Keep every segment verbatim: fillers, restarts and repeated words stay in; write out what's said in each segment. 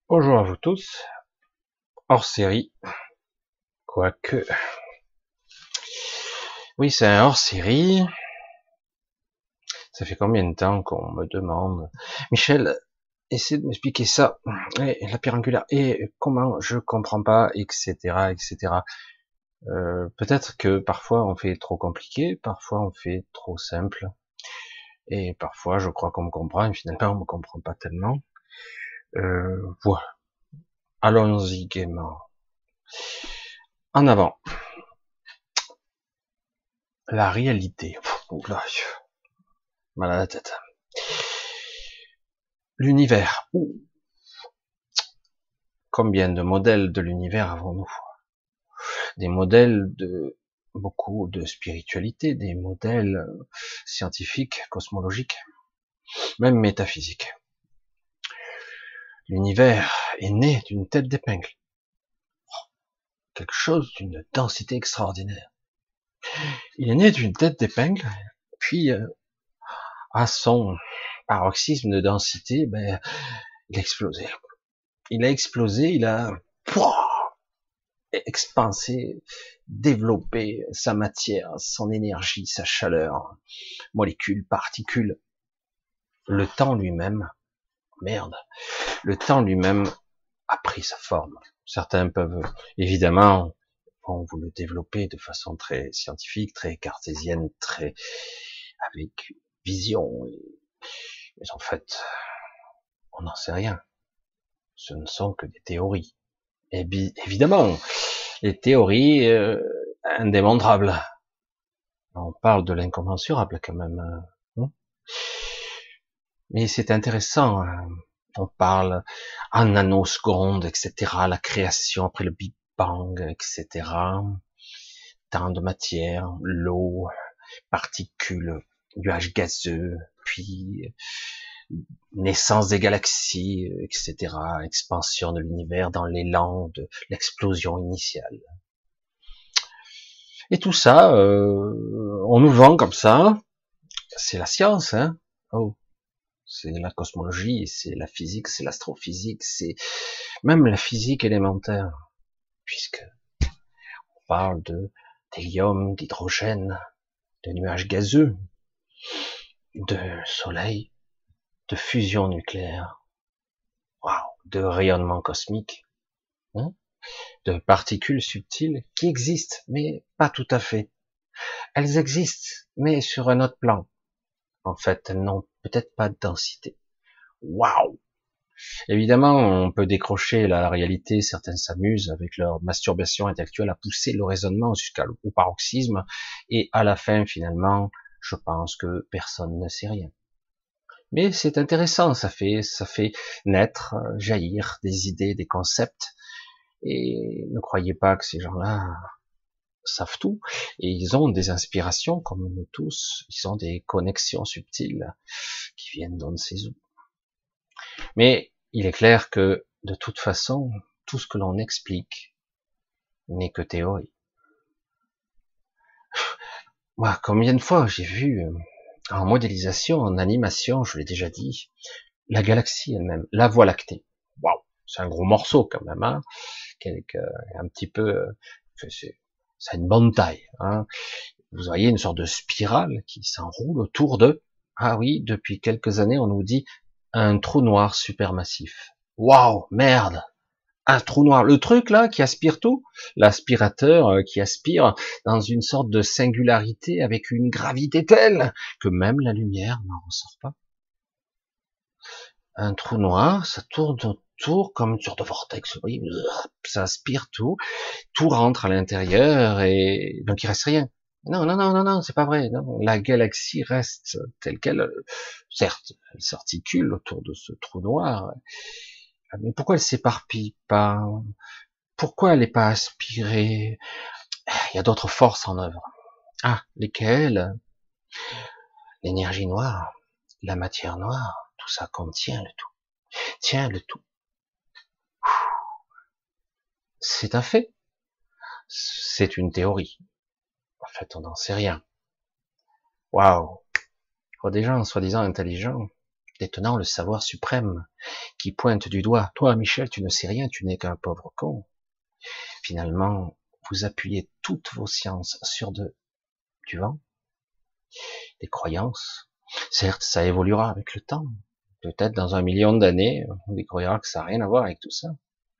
Bonjour à vous tous, hors série, quoique, oui c'est un hors série, ça fait combien de temps qu'on me demande, Michel, essaie de m'expliquer ça, et la pierre angulaire, et comment, je comprends pas, et cetera, et cetera. Euh, peut-être que parfois on fait trop compliqué, parfois on fait trop simple, et parfois je crois qu'on me comprend, et finalement on me comprend pas tellement. Euh, voilà, allons-y gaiement. En avant, la réalité. Oula, mal à la tête. L'univers. Ouh, combien de modèles de l'univers avons-nous? Des modèles de beaucoup de spiritualité, des modèles euh, scientifiques, cosmologiques, même métaphysiques. L'univers est né d'une tête d'épingle, quelque chose d'une densité extraordinaire. Il est né d'une tête d'épingle, puis euh, à son paroxysme de densité, ben, il a explosé. Il a explosé, il a pouah, expansé, développé sa matière, son énergie, sa chaleur, molécules, particules. Le temps lui-même, merde, le temps lui-même a pris sa forme. Certains peuvent, évidemment, vont vous le développer de façon très scientifique, très cartésienne, très avec vision. Mais en fait, on n'en sait rien. Ce ne sont que des théories. Et évidemment, les théories euh, indémontrables. On parle de l'incommensurable quand même. Hein. Mais c'est intéressant. Hein. On parle en nanosecondes, et cetera. La création après le Big Bang, et cetera. Tant de matière, l'eau, particules, nuages gazeux, puis naissance des galaxies, et cetera. Expansion de l'univers dans l'élan de l'explosion initiale. Et tout ça, euh, on nous vend comme ça. C'est la science, hein. Oh, c'est la cosmologie, c'est la physique, c'est l'astrophysique, c'est même la physique élémentaire, puisque on parle de d'hélium, d'hydrogène, de nuages gazeux, de soleil, de fusion nucléaire, waouh, de rayonnement cosmique, hein, de particules subtiles qui existent, mais pas tout à fait. Elles existent, mais sur un autre plan. En fait, elles n'ont peut-être pas de densité. Waouh! Évidemment, on peut décrocher la réalité, certains s'amusent avec leur masturbation intellectuelle à pousser le raisonnement jusqu'au paroxysme, et à la fin, finalement, je pense que personne ne sait rien. Mais c'est intéressant, ça fait, ça fait naître, jaillir des idées, des concepts, et ne croyez pas que ces gens-là savent tout, et ils ont des inspirations, comme nous tous, ils ont des connexions subtiles qui viennent d'on ne sait où. Mais il est clair que, de toute façon, tout ce que l'on explique n'est que théorie. Moi, combien de fois j'ai vu, euh, en modélisation, en animation, je l'ai déjà dit, la galaxie elle-même, la Voie lactée. Waouh, c'est un gros morceau quand même, hein, quelque, un petit peu, euh, c'est, ça a une bonne taille. Hein. Vous voyez une sorte de spirale qui s'enroule autour de, ah oui, depuis quelques années, on nous dit un trou noir supermassif. Waouh, merde, un trou noir. Le truc là qui aspire tout, l'aspirateur euh, qui aspire dans une sorte de singularité avec une gravité telle que même la lumière n'en ressort pas. Un trou noir, ça tourne autour comme une sorte de vortex, vous voyez, ça aspire tout, tout rentre à l'intérieur et donc il reste rien. Non, non, non, non, non, c'est pas vrai. Non, la galaxie reste telle qu'elle. Certes, elle s'articule autour de ce trou noir, mais pourquoi elle s'éparpille pas? Pourquoi elle n'est pas aspirée? Il y a d'autres forces en œuvre. Ah, lesquelles? L'énergie noire, la matière noire, tout ça contient le tout. Tient le tout. C'est un fait. C'est une théorie. En fait, on n'en sait rien. Waouh. Des gens soi-disant intelligents détenant le savoir suprême, qui pointe du doigt. Toi, Michel, tu ne sais rien, tu n'es qu'un pauvre con. Finalement, vous appuyez toutes vos sciences sur de, du vent, des croyances. Certes, ça évoluera avec le temps. Peut-être dans un million d'années, on découvrira que ça n'a rien à voir avec tout ça.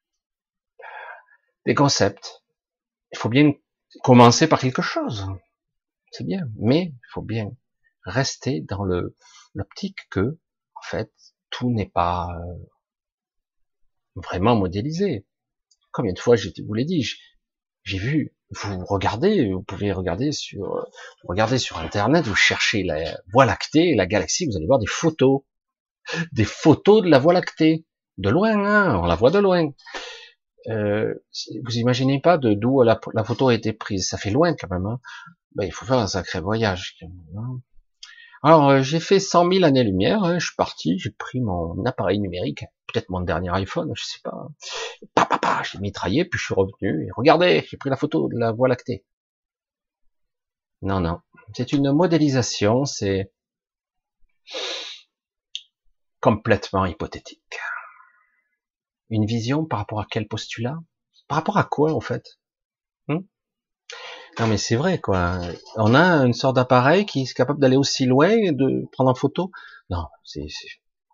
Des concepts. Il faut bien commencer par quelque chose. C'est bien. Mais il faut bien rester dans le, l'optique que, en fait, tout n'est pas euh, vraiment modélisé. Combien de fois je vous l'ai dit, j'ai vu, vous regardez, vous pouvez regarder sur, regardez sur Internet, vous cherchez la Voie lactée, la galaxie, vous allez voir des photos, des photos de la Voie lactée, de loin, hein, on la voit de loin. Euh, vous imaginez pas de d'où la, la photo a été prise, ça fait loin quand même. Hein. Ben, il faut faire un sacré voyage. Quand même, hein. Alors euh, j'ai fait cent mille années-lumière, hein, je suis parti, j'ai pris mon appareil numérique, peut-être mon dernier iPhone, je sais pas. Pa, pa, pa, j'ai mitraillé, puis je suis revenu, et regardez, j'ai pris la photo de la Voie lactée. Non, non, c'est une modélisation, c'est complètement hypothétique. Une vision par rapport à quel postulat? Par rapport à quoi, en fait? hmm Non, mais c'est vrai, quoi. On a une sorte d'appareil qui est capable d'aller aussi loin et de prendre en photo. Non, c'est, c'est...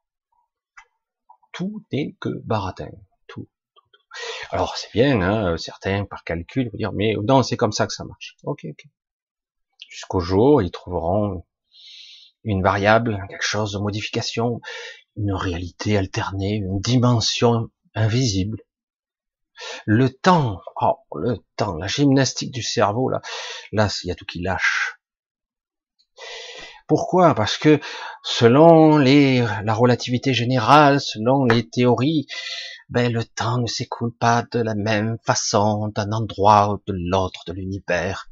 tout n'est que baratin. Tout. Alors, c'est bien, hein, certains, par calcul, vont dire, mais non, c'est comme ça que ça marche. Ok, ok. Jusqu'au jour, ils trouveront une variable, quelque chose de modification, une réalité alternée, une dimension invisible. Le temps, oh, le temps, la gymnastique du cerveau, là, là, il y a tout qui lâche. Pourquoi? Parce que selon les, la relativité générale, selon les théories, ben, le temps ne s'écoule pas de la même façon d'un endroit ou de l'autre de l'univers.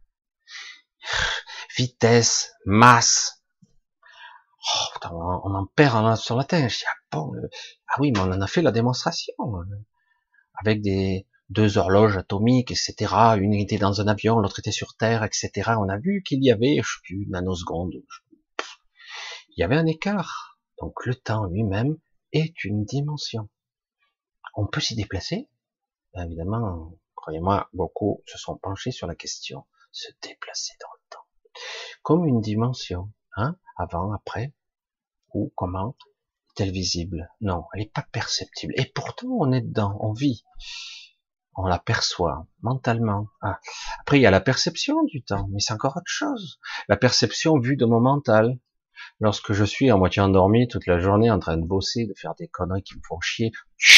Vitesse, masse. Oh, putain, on en perd sur la Terre. Je dis, ah, bon, euh, ah oui, mais on en a fait la démonstration. Avec des deux horloges atomiques, et cetera. Une était dans un avion, l'autre était sur Terre, et cetera. On a vu qu'il y avait, je sais plus, une nanoseconde. Il y avait un écart. Donc le temps lui-même est une dimension. On peut s'y déplacer. Bien évidemment, croyez-moi, beaucoup se sont penchés sur la question. Se déplacer dans le temps. Comme une dimension. Hein, avant, après, ou comment est-elle visible? Non, elle n'est pas perceptible. Et pourtant, on est dedans, on vit. On la perçoit mentalement. Ah. Après, il y a la perception du temps, mais c'est encore autre chose. La perception vue de mon mental. Lorsque je suis à moitié endormi toute la journée en train de bosser, de faire des conneries qui me font chier,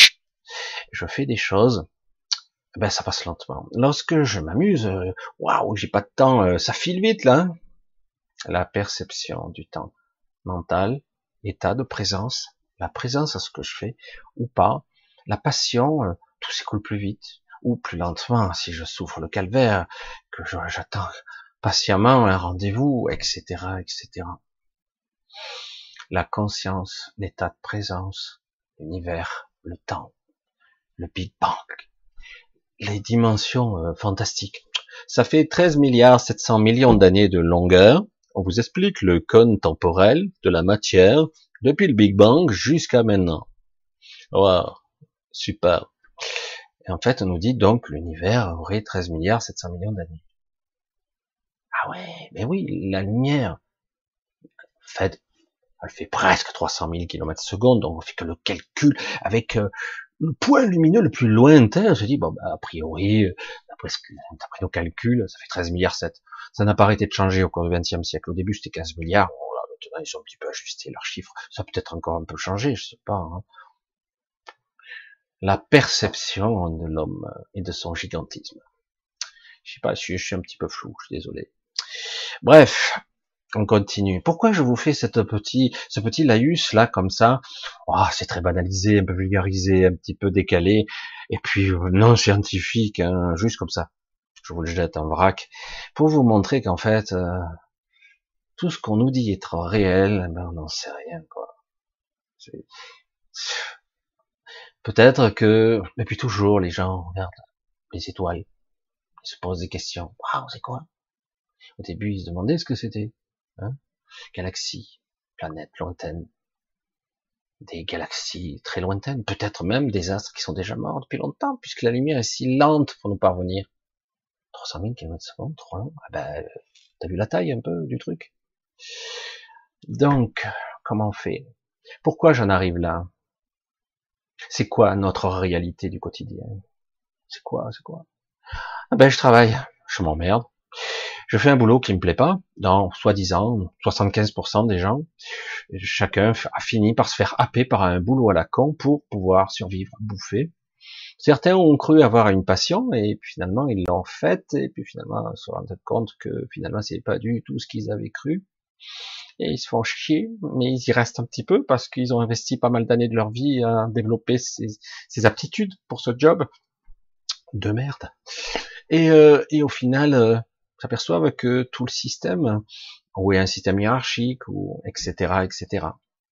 je fais des choses, ben ça passe lentement. Lorsque je m'amuse, waouh, j'ai pas de temps, ça file vite là. Hein. La perception du temps mental, état de présence, la présence à ce que je fais ou pas, la passion, tout s'écoule plus vite ou plus lentement si je souffre le calvaire, que j'attends patiemment un rendez-vous, et cetera, et cetera. La conscience, l'état de présence, l'univers, le temps, le Big Bang, les dimensions euh, fantastiques. Ça fait treize milliards sept cents millions d'années de longueur. On vous explique le cône temporel de la matière depuis le Big Bang jusqu'à maintenant. Wow, super. Et en fait, on nous dit donc que l'univers aurait treize milliards sept cents millions d'années. Ah ouais, mais oui, la lumière, en fait, elle fait presque trois cent mille kilomètres secondes, donc on fait que le calcul avec euh, le point lumineux le plus lointain. On se dit, bon, bah, a priori, euh, d'après, ce que, d'après nos calculs, ça fait treize milliards sept. Ça n'a pas arrêté de changer au cours du vingtième siècle. Au début, c'était quinze milliards. Bon, là, maintenant, ils ont un petit peu ajusté leurs chiffres. Ça a peut-être encore un peu changé, je sais pas. Hein. La perception de l'homme et de son gigantisme. Je sais pas, je suis, je suis un petit peu flou, je suis désolé. Bref, on continue. Pourquoi je vous fais cette petit, ce petit laïus là comme ça? Oh, c'est très banalisé, un peu vulgarisé, un petit peu décalé, et puis euh, non scientifique, hein, juste comme ça. Je vous le jette en vrac pour vous montrer qu'en fait euh, tout ce qu'on nous dit être réel, ben on n'en sait rien quoi. C'est... Peut-être que, depuis toujours, les gens regardent les étoiles, ils se posent des questions. Waouh, c'est quoi? Au début, ils se demandaient ce que c'était. Hein, galaxie, planète lointaine. des galaxies très lointaines, peut-être même des astres qui sont déjà morts depuis longtemps, puisque la lumière est si lente pour nous parvenir. trois cent mille kilomètres seconde, trop long. Ah ben, t'as vu la taille un peu du truc? Donc, comment on fait? Pourquoi j'en arrive là? C'est quoi notre réalité du quotidien? C'est quoi? C'est quoi? Ah ben, je travaille, je m'emmerde. Je fais un boulot qui me plaît pas, dans soi-disant soixante-quinze pour cent des gens. Chacun a fini par se faire happer par un boulot à la con pour pouvoir survivre, bouffer. Certains ont cru avoir une passion et puis finalement ils l'ont faite et puis finalement ils se rendent compte que finalement c'est pas du tout ce qu'ils avaient cru et ils se font chier, mais ils y restent un petit peu parce qu'ils ont investi pas mal d'années de leur vie à développer ces, ces aptitudes pour ce job de merde et, euh, et au final euh, s'aperçoivent que tout le système ou est un système hiérarchique ou etc etc.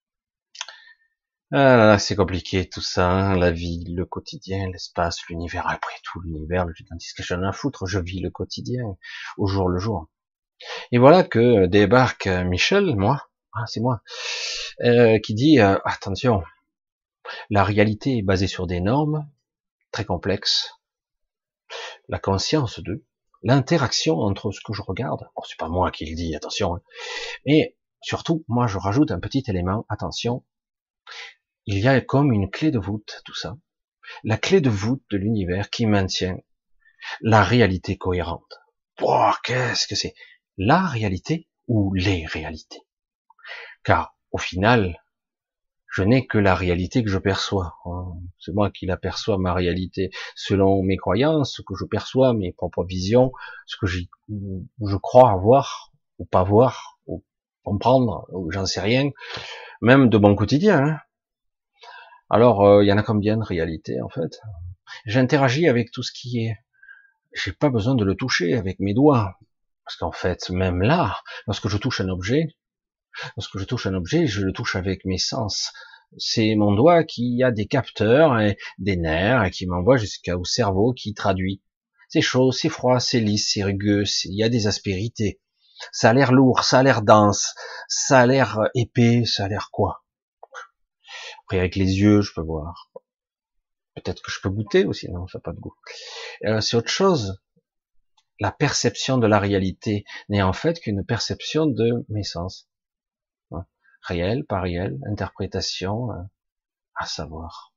Ah là là, c'est compliqué tout ça, hein, la vie, le quotidien, l'espace, l'univers. Après tout, l'univers, le qu'est-ce que j'en ai à foutre, je vis le quotidien, au jour le jour. Et voilà que débarque Michel, moi, ah, c'est moi, euh, qui dit euh, attention, la réalité est basée sur des normes très complexes, la conscience de l'interaction entre ce que je regarde. Oh, c'est pas moi qui le dis, attention. Hein. Et surtout, moi, je rajoute un petit élément. Attention, il y a comme une clé de voûte, tout ça. La clé de voûte de l'univers qui maintient la réalité cohérente. Oh, qu'est-ce que c'est? La réalité ou les réalités? Car au final, je n'ai que la réalité que je perçois. C'est moi qui l'aperçois, ma réalité, selon mes croyances, ce que je perçois, mes propres visions, ce que je crois avoir ou pas voir, ou comprendre, ou j'en sais rien, même de mon quotidien. Hein. Alors, il euh, y en a combien de réalités en fait? J'interagis avec tout ce qui est. J'ai pas besoin de le toucher avec mes doigts, parce qu'en fait, même là, lorsque je touche un objet, lorsque je touche un objet, je le touche avec mes sens. C'est mon doigt qui a des capteurs et des nerfs et qui m'envoie jusqu'au cerveau qui traduit. C'est chaud, c'est froid, c'est lisse, c'est rugueux, il y a des aspérités. Ça a l'air lourd, ça a l'air dense, ça a l'air épais, ça a l'air quoi? Après, avec les yeux, je peux voir. Peut-être que je peux goûter aussi, non, ça n'a pas de goût. Euh, c'est autre chose. La perception de la réalité n'est en fait qu'une perception de mes sens. Réel, pas réel, interprétation, euh, à savoir.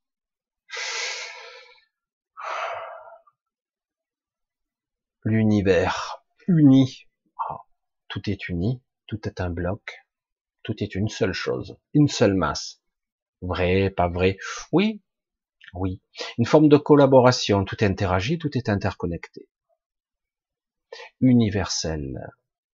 L'univers uni. Oh, tout est uni, tout est un bloc, tout est une seule chose, une seule masse. Vrai, pas vrai? Oui, oui. Une forme de collaboration, tout interagit, tout est interconnecté. Universel.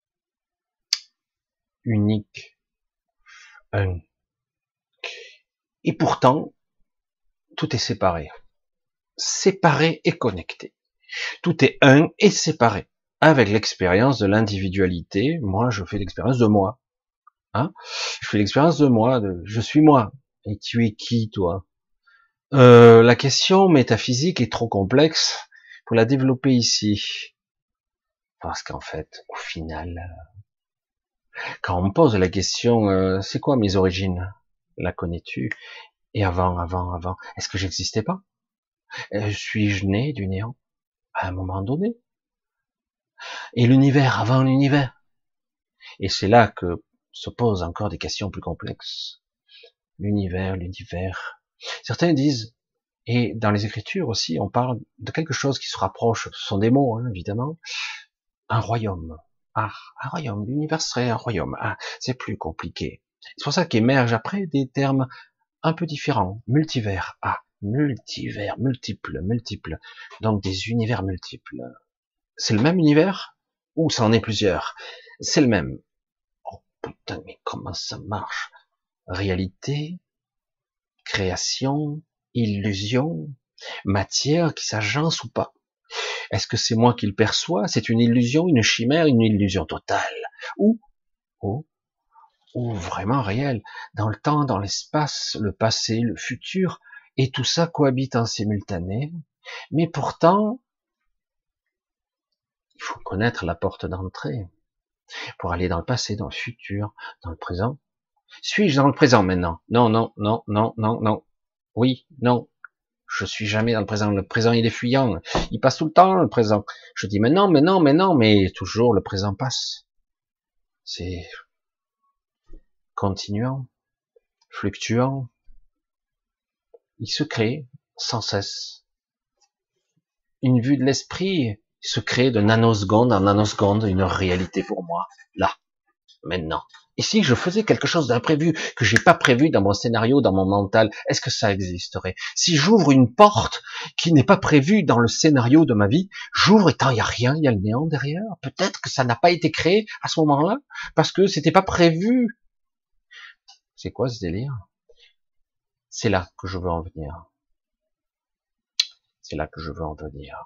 Unique. Un. Et pourtant, tout est séparé. Séparé et connecté. Tout est un et séparé. Avec l'expérience de l'individualité, moi, je fais l'expérience de moi. Hein, je fais l'expérience de moi, de je suis moi. Et tu es qui, toi? Euh, la question métaphysique est trop complexe pour la développer ici. Parce qu'en fait, au final, quand on me pose la question, euh, c'est quoi mes origines? La connais-tu? Et avant, avant, avant, est-ce que j'existais pas? euh, Suis-je né du néant à un moment donné? Et l'univers avant l'univers? Et c'est là que se posent encore des questions plus complexes. L'univers, l'univers. Certains disent, et dans les Écritures aussi, on parle de quelque chose qui se rapproche, ce sont des mots, hein, évidemment, un royaume. Ah, un royaume, l'univers serait un royaume. Ah, c'est plus compliqué. C'est pour ça qu'émergent après des termes un peu différents. Multivers. Ah, multivers, multiple, multiple. Donc des univers multiples. C'est le même univers? Ou ça en est plusieurs? C'est le même. Oh putain, mais comment ça marche? Réalité, création, illusion, matière qui s'agence ou pas? Est-ce que c'est moi qui le perçois? C'est une illusion, une chimère, une illusion totale? Ou, ou, ou vraiment réel? Dans le temps, dans l'espace, le passé, le futur, et tout ça cohabite en simultané. Mais pourtant, il faut connaître la porte d'entrée pour aller dans le passé, dans le futur, dans le présent. Suis-je dans le présent maintenant? Non, non, non, non, non, non. Oui, non. Je suis jamais dans le présent. Le présent, il est fuyant. Il passe tout le temps, le présent. Je dis, mais non, mais non, mais non, mais toujours le présent passe. C'est continuant, fluctuant. Il se crée sans cesse. Une vue de l'esprit se crée de nanoseconde en nanoseconde une réalité pour moi. Là, maintenant. Et si je faisais quelque chose d'imprévu, que j'ai pas prévu dans mon scénario, dans mon mental, est-ce que ça existerait? Si j'ouvre une porte qui n'est pas prévue dans le scénario de ma vie, j'ouvre et tant il y a rien, il y a le néant derrière. Peut-être que ça n'a pas été créé à ce moment-là, parce que c'était pas prévu. C'est quoi ce délire? C'est là que je veux en venir. C'est là que je veux en venir.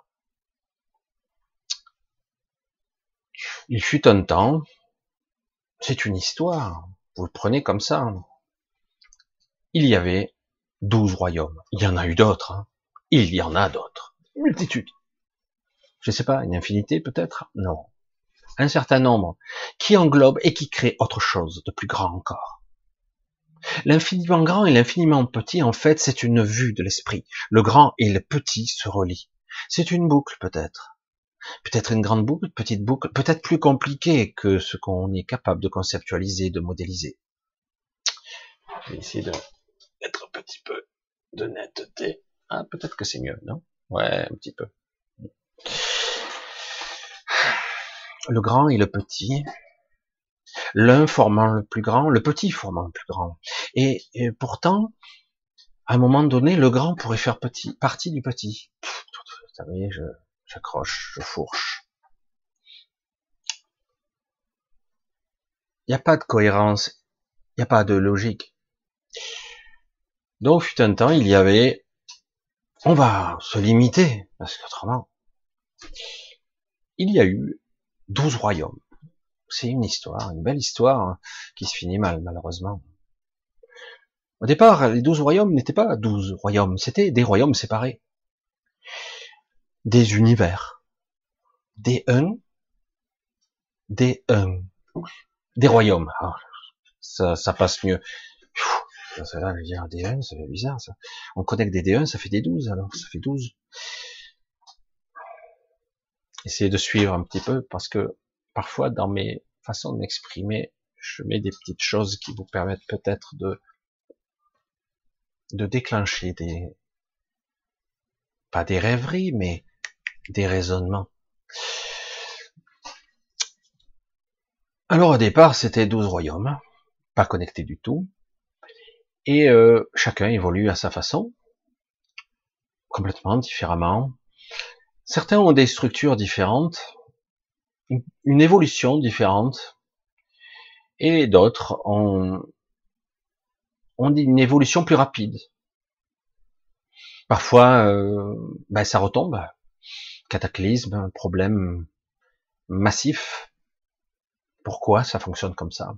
Il fut un temps, c'est une histoire, vous le prenez comme ça. Il y avait douze royaumes. Il y en a eu d'autres. Hein. Il y en a d'autres. Une multitude. Je sais pas, une infinité peut-être? Non. Un certain nombre qui englobe et qui crée autre chose de plus grand encore. L'infiniment grand et l'infiniment petit, en fait, c'est une vue de l'esprit. Le grand et le petit se relient. C'est une boucle peut-être. Peut-être une grande boucle, petite boucle, peut-être plus compliquée que ce qu'on est capable de conceptualiser, de modéliser. Je vais essayer de mettre un petit peu de netteté. Ah, peut-être que c'est mieux, non? Ouais, un petit peu. Le grand et le petit, l'un formant le plus grand, le petit formant le plus grand. Et, et pourtant, à un moment donné, le grand pourrait faire petit, partie du petit. Vous savez, je, j'accroche, je fourche. Il n'y a pas de cohérence, il n'y a pas de logique. Donc, fut un temps, il y avait, on va se limiter, parce qu'autrement, il y a eu douze royaumes. C'est une histoire, une belle histoire, hein, qui se finit mal, malheureusement. Au départ, les douze royaumes n'étaient pas douze royaumes, c'était des royaumes séparés. Des univers. Des uns. Des uns. Des royaumes. Ah, ça, ça passe mieux. Ça, là, je veux dire, des uns, ça fait bizarre, ça. On connecte des D un, ça fait des douze, alors, ça fait douze. Essayez de suivre un petit peu, parce que, parfois, dans mes façons de m'exprimer, je mets des petites choses qui vous permettent peut-être de, de déclencher des, pas des rêveries, mais des raisonnements. Alors, au départ, c'était douze royaumes, pas connectés du tout. Et euh, chacun évolue à sa façon, complètement différemment. Certains ont des structures différentes, une évolution différente, et d'autres ont, ont une évolution plus rapide. Parfois, euh, ben ça retombe, cataclysme, problème massif. Pourquoi ça fonctionne comme ça?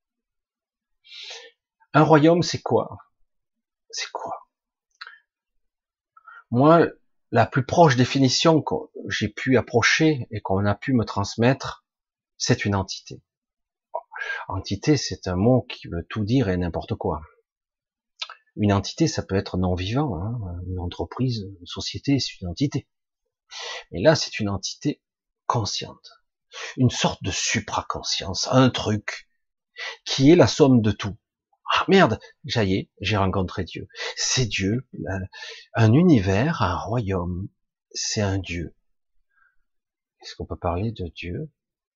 Un royaume, c'est quoi? C'est quoi? Moi, la plus proche définition que j'ai pu approcher et qu'on a pu me transmettre, c'est une entité. Entité, c'est un mot qui veut tout dire et n'importe quoi. Une entité, ça peut être non vivant, hein. Une entreprise, une société, c'est une entité. Mais là, c'est une entité consciente. Une sorte de supraconscience, un truc qui est la somme de tout. Ah merde, ça y est, j'ai rencontré Dieu. C'est Dieu, un univers, un royaume, c'est un Dieu. Est-ce qu'on peut parler de Dieu?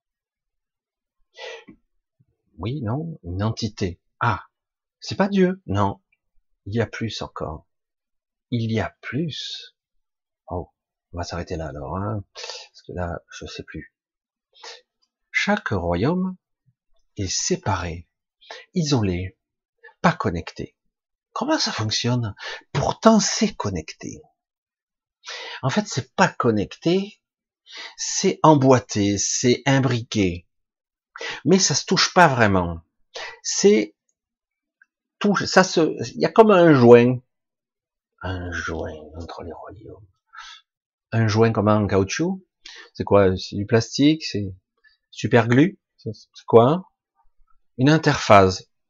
Oui, non, une entité. Ah, c'est pas Dieu, non. Il y a plus encore. Il y a plus. Oh, on va s'arrêter là alors, hein, parce que là, je sais plus. Chaque royaume est séparé, isolé, pas connecté. Comment ça fonctionne? Pourtant, c'est connecté. En fait, c'est pas connecté, c'est emboîté, c'est imbriqué. Mais ça se touche pas vraiment. C'est tout, ça se, il y a comme un joint. Un joint entre les royaumes. Un joint comme en caoutchouc. C'est quoi? C'est du plastique? C'est super glue? C'est quoi? Une interface.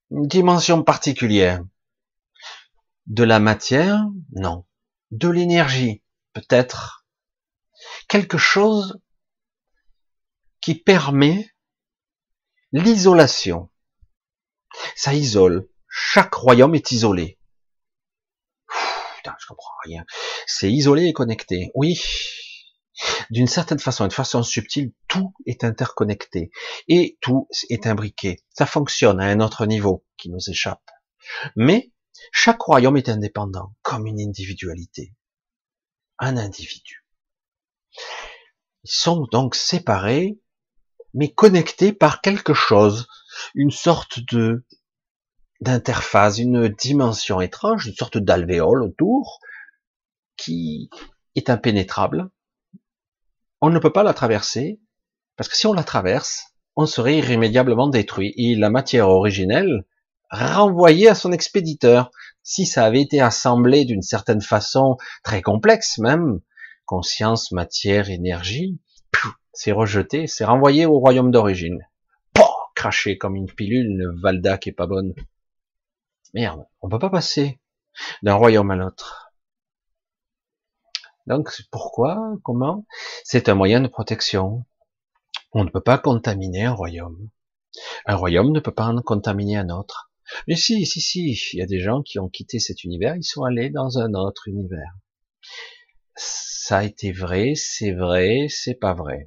Une dimension particulière. De la matière? Non. De l'énergie? Peut-être. Quelque chose qui permet l'isolation. Ça isole. Chaque royaume est isolé. Putain, je comprends rien. C'est isolé et connecté. Oui. D'une certaine façon, de façon subtile, tout est interconnecté. Et tout est imbriqué. Ça fonctionne à un autre niveau qui nous échappe. Mais, chaque royaume est indépendant, comme une individualité. Un individu. Ils sont donc séparés, mais connectés par quelque chose. Une sorte de d'interface, une dimension étrange, une sorte d'alvéole autour, qui est impénétrable. On ne peut pas la traverser, parce que si on la traverse, on serait irrémédiablement détruit, et la matière originelle renvoyée à son expéditeur. Si ça avait été assemblé d'une certaine façon, très complexe même, conscience, matière, énergie, c'est rejeté, c'est renvoyé au royaume d'origine. Pouh, craché comme une pilule, une Valda qui est pas bonne. Merde, on peut pas passer d'un royaume à l'autre. Donc, pourquoi, comment? C'est un moyen de protection. On ne peut pas contaminer un royaume. Un royaume ne peut pas en contaminer un autre. Mais si, si, si, il y a des gens qui ont quitté cet univers, ils sont allés dans un autre univers. Ça a été vrai, c'est vrai, c'est pas vrai.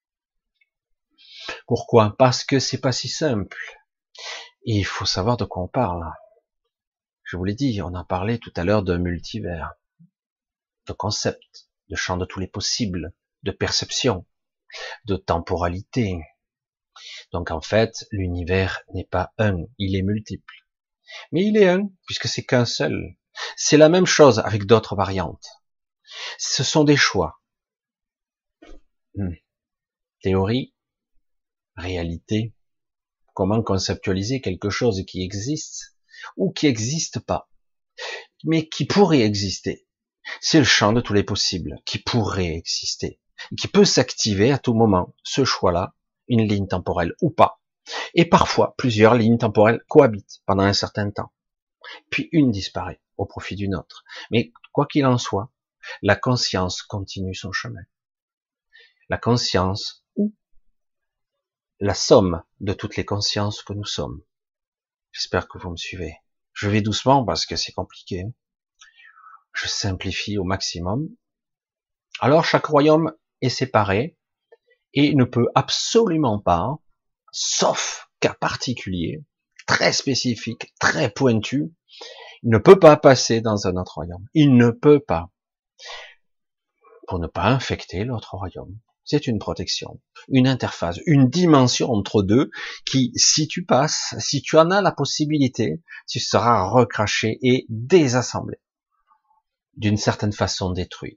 Pourquoi? Parce que c'est pas si simple. Et il faut savoir de quoi on parle. Je vous l'ai dit, on a parlé tout à l'heure de multivers, de concept, de champ de tous les possibles, de perception, de temporalité. Donc en fait, l'univers n'est pas un, il est multiple. Mais il est un, puisque c'est qu'un seul. C'est la même chose avec d'autres variantes. Ce sont des choix. Hmm. Théorie, réalité, comment conceptualiser quelque chose qui existe ou qui n'existe pas, mais qui pourrait exister. C'est le champ de tous les possibles, qui pourrait exister, qui peut s'activer à tout moment. Ce choix-là, une ligne temporelle ou pas. Et parfois, plusieurs lignes temporelles cohabitent pendant un certain temps. Puis une disparaît au profit d'une autre. Mais quoi qu'il en soit, la conscience continue son chemin. La conscience ou la somme de toutes les consciences que nous sommes. J'espère que vous me suivez. Je vais doucement parce que c'est compliqué. Je simplifie au maximum. Alors chaque royaume est séparé et ne peut absolument pas, sauf cas particulier, très spécifique, très pointu, il ne peut pas passer dans un autre royaume. Il ne peut pas. Pour ne pas infecter l'autre royaume. C'est une protection, une interface, une dimension entre deux qui, si tu passes, si tu en as la possibilité, tu seras recraché et désassemblé. D'une certaine façon détruit.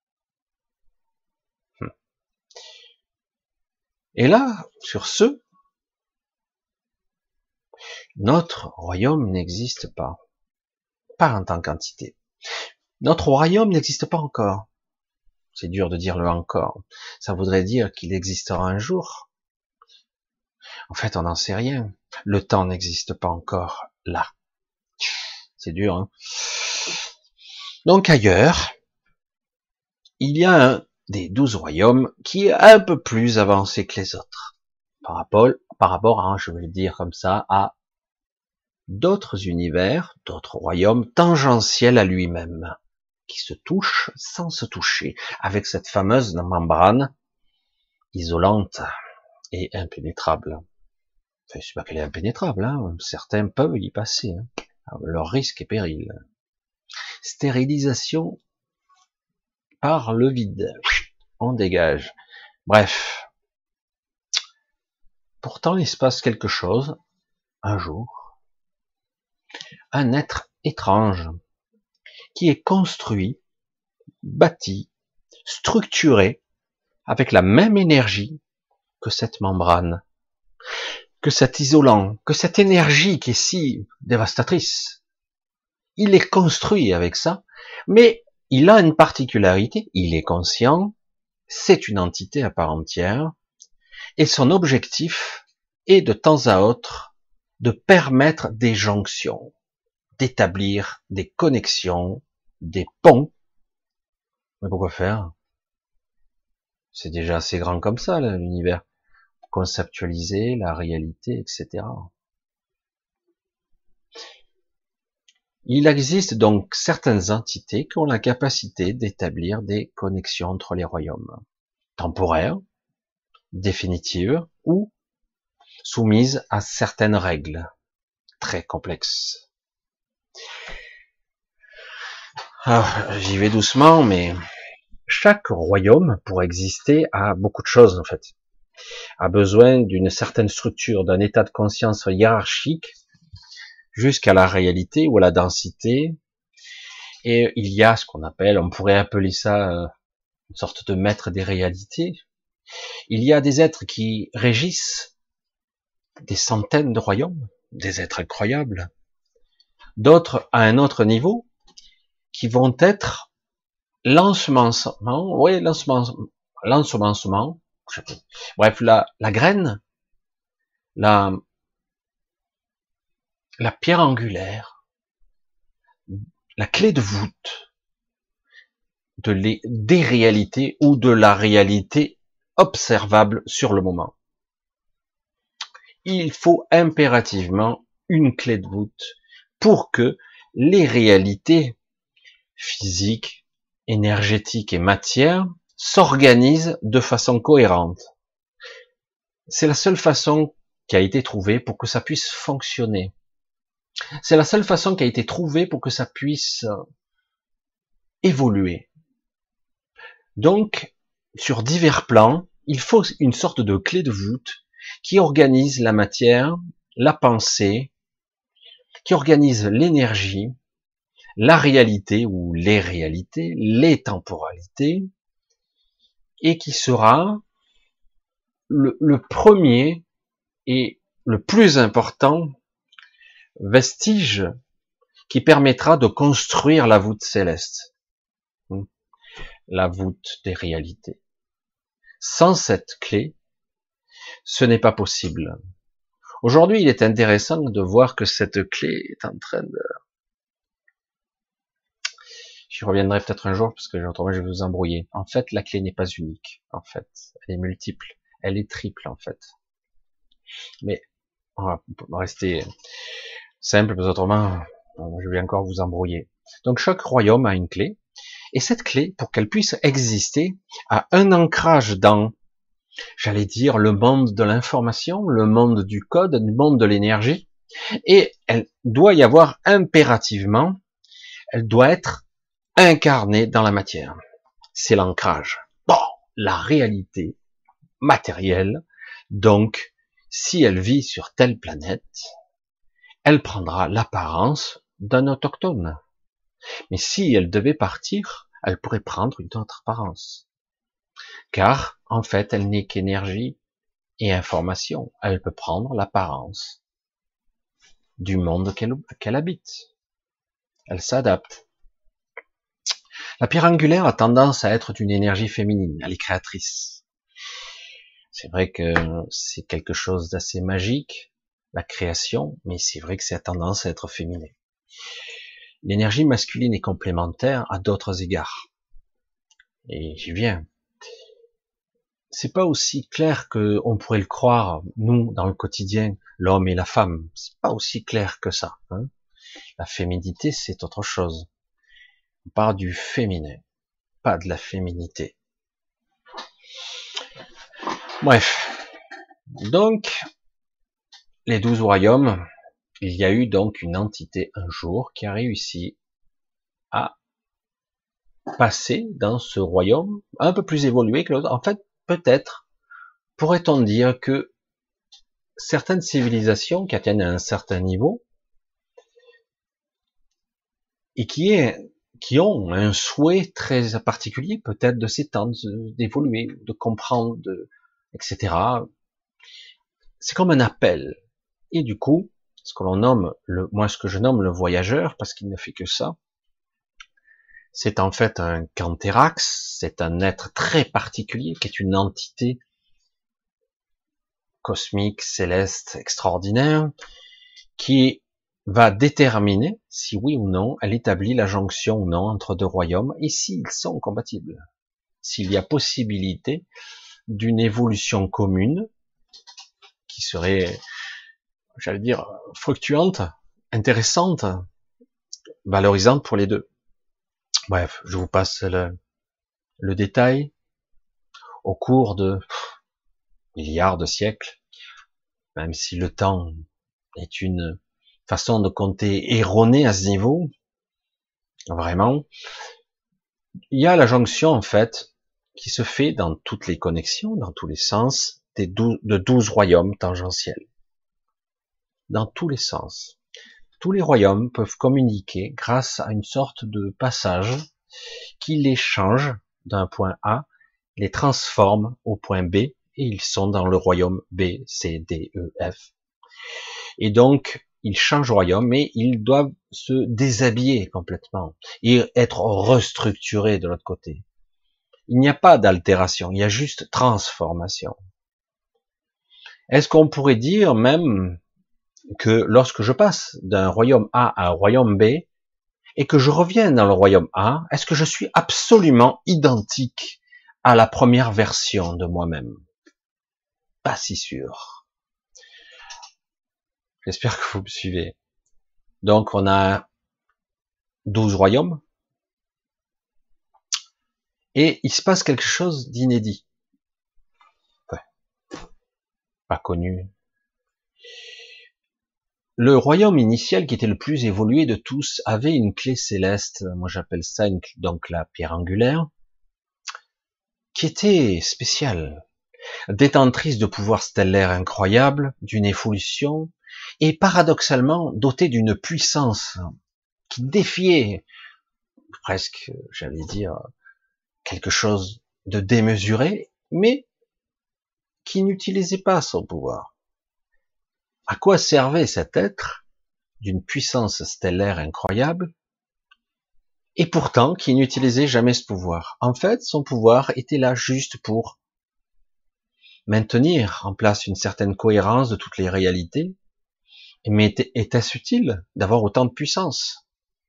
Et là, sur ce, notre royaume n'existe pas. Pas en tant qu'entité. Notre royaume n'existe pas encore. C'est dur de dire le encore. Ça voudrait dire qu'il existera un jour. En fait, on n'en sait rien. Le temps n'existe pas encore là. C'est dur, hein. Donc ailleurs, il y a un des douze royaumes qui est un peu plus avancé que les autres. Par rapport, par rapport à, je vais le dire comme ça, à d'autres univers, d'autres royaumes tangentiels à lui-même, qui se touchent sans se toucher, avec cette fameuse membrane isolante et impénétrable. Enfin, je sais pas qu'elle est impénétrable, hein. Certains peuvent y passer, hein. Leur risque et péril. Stérilisation par le vide. On dégage. Bref. Pourtant, il se passe quelque chose, un jour. Un être étrange, qui est construit, bâti, structuré, avec la même énergie que cette membrane, que cet isolant, que cette énergie qui est si dévastatrice. Il est construit avec ça, mais il a une particularité, il est conscient, c'est une entité à part entière, et son objectif est de temps à autre de permettre des jonctions, d'établir des connexions, des ponts. Mais pourquoi faire? C'est déjà assez grand comme ça, l'univers. Conceptualiser la réalité, et cetera. Il existe donc certaines entités qui ont la capacité d'établir des connexions entre les royaumes, temporaires, définitives ou soumises à certaines règles très complexes. Ah, j'y vais doucement, mais chaque royaume, pour exister, a beaucoup de choses en fait. A besoin d'une certaine structure, d'un état de conscience hiérarchique, jusqu'à la réalité ou à la densité. Et il y a ce qu'on appelle, on pourrait appeler ça une sorte de maître des réalités. Il y a des êtres qui régissent des centaines de royaumes, des êtres incroyables. D'autres à un autre niveau, qui vont être l'ensemencement, oui, l'ensemencement, l'ensemencement, bref, la, la graine, la, la pierre angulaire, la clé de voûte de les, des réalités ou de la réalité observable sur le moment. Il faut impérativement une clé de voûte pour que les réalités physiques, énergétiques et matière s'organisent de façon cohérente. C'est la seule façon qui a été trouvée pour que ça puisse fonctionner. C'est la seule façon qui a été trouvée pour que ça puisse évoluer. Donc, sur divers plans, il faut une sorte de clé de voûte qui organise la matière, la pensée, qui organise l'énergie, la réalité ou les réalités, les temporalités, et qui sera le, le premier et le plus important vestige qui permettra de construire la voûte céleste, la voûte des réalités. Sans cette clé, ce n'est pas possible. Aujourd'hui, il est intéressant de voir que cette clé est en train de... J'y reviendrai peut-être un jour parce que autrement je vais vous embrouiller. En fait, la clé n'est pas unique. En fait, elle est multiple. Elle est triple en fait. Mais on va rester simple parce qu'autrement, je vais encore vous embrouiller. Donc chaque royaume a une clé. Et cette clé, pour qu'elle puisse exister, a un ancrage dans, j'allais dire, le monde de l'information, le monde du code, le monde de l'énergie. Et elle doit y avoir impérativement, elle doit être incarnée dans la matière. C'est l'ancrage. Bon, la réalité matérielle. Donc, si elle vit sur telle planète, elle prendra l'apparence d'un autochtone. Mais si elle devait partir, elle pourrait prendre une autre apparence. Car, en fait, elle n'est qu'énergie et information. Elle peut prendre l'apparence du monde qu'elle qu'elle habite. Elle s'adapte. La pierre angulaire a tendance à être d'une énergie féminine. Elle est créatrice. C'est vrai que c'est quelque chose d'assez magique, la création, mais c'est vrai que ça a tendance à être féminin. L'énergie masculine est complémentaire à d'autres égards. Et j'y viens. C'est pas aussi clair que on pourrait le croire, nous, dans le quotidien, l'homme et la femme. C'est pas aussi clair que ça. Hein. La féminité, c'est autre chose. On parle du féminin, pas de la féminité. Bref. Donc, les douze royaumes, il y a eu donc une entité un jour qui a réussi à passer dans ce royaume un peu plus évolué que l'autre. En fait, peut-être pourrait-on dire que certaines civilisations qui atteignent à un certain niveau et qui, est, qui ont un souhait très particulier, peut-être de s'étendre, d'évoluer, de comprendre, de, et cetera. C'est comme un appel. Et du coup, ce que l'on nomme, le, moi ce que je nomme le voyageur, parce qu'il ne fait que ça, c'est en fait un Canthérax, c'est un être très particulier, qui est une entité cosmique, céleste, extraordinaire, qui va déterminer si oui ou non elle établit la jonction ou non entre deux royaumes et s'ils sont compatibles, s'il y a possibilité d'une évolution commune qui serait, j'allais dire, fructuante, intéressante, valorisante pour les deux. Bref, je vous passe le, le détail. Au cours de pff, milliards de siècles, même si le temps est une façon de compter erronée à ce niveau, vraiment, il y a la jonction en fait qui se fait dans toutes les connexions, dans tous les sens, des douze, de douze royaumes tangentiels. Dans tous les sens. Tous les royaumes peuvent communiquer grâce à une sorte de passage qui les change d'un point A, les transforme au point B, et ils sont dans le royaume B, C, D, E, F. Et donc, ils changent de royaume, mais ils doivent se déshabiller complètement et être restructurés de l'autre côté. Il n'y a pas d'altération, il y a juste transformation. Est-ce qu'on pourrait dire même que lorsque je passe d'un royaume A à un royaume B, et que je reviens dans le royaume A, est-ce que je suis absolument identique à la première version de moi-même? Pas si sûr. J'espère que vous me suivez. Donc on a douze royaumes, et il se passe quelque chose d'inédit. Ouais. Pas connu. Le royaume initial, qui était le plus évolué de tous, avait une clé céleste, moi j'appelle ça une, donc la pierre angulaire, qui était spéciale, détentrice de pouvoirs stellaires incroyables, d'une évolution, et paradoxalement dotée d'une puissance qui défiait presque, j'allais dire, quelque chose de démesuré, mais qui n'utilisait pas son pouvoir. À quoi servait cet être d'une puissance stellaire incroyable, et pourtant qui n'utilisait jamais ce pouvoir? En fait, son pouvoir était là juste pour maintenir en place une certaine cohérence de toutes les réalités. Mais était-ce utile d'avoir autant de puissance?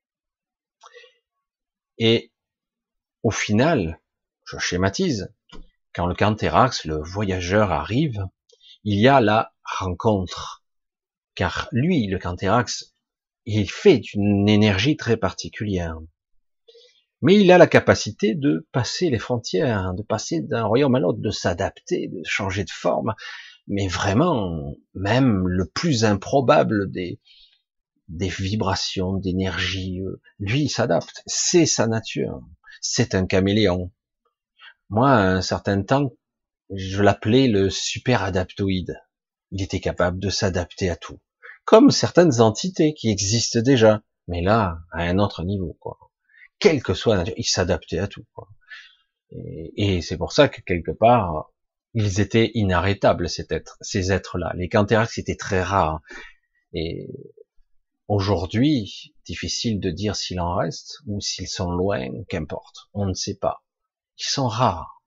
Et au final, je schématise, quand le Canthérax, le voyageur, arrive, il y a la rencontre. Car lui, le Canthérax, il fait une énergie très particulière. Mais il a la capacité de passer les frontières, de passer d'un royaume à l'autre, de s'adapter, de changer de forme. Mais vraiment, même le plus improbable des, des vibrations, d'énergie, lui, il s'adapte. C'est sa nature. C'est un caméléon. Moi, à un certain temps, je l'appelais le super adaptoïde. Il était capable de s'adapter à tout. Comme certaines entités qui existent déjà. Mais là, à un autre niveau, quoi. Quelle que soit la nature, il s'adaptait à tout, quoi. Et, et c'est pour ça que quelque part, ils étaient inarrêtables, ces êtres, ces êtres-là. Les Canthérax étaient très rares. Et aujourd'hui, difficile de dire s'il en reste, ou s'ils sont loin, qu'importe. On ne sait pas. Ils sont rares.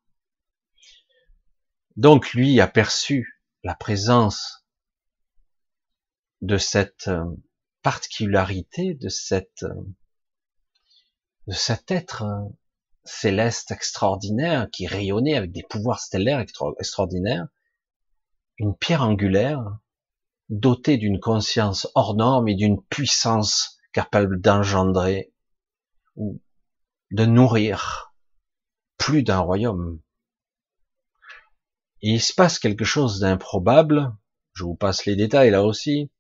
Donc lui a perçu la présence de cette particularité, de cette, de cet être céleste extraordinaire qui rayonnait avec des pouvoirs stellaires extraordinaires, une pierre angulaire dotée d'une conscience hors norme et d'une puissance capable d'engendrer ou de nourrir plus d'un royaume. Et il se passe quelque chose d'improbable, je vous passe les détails là aussi,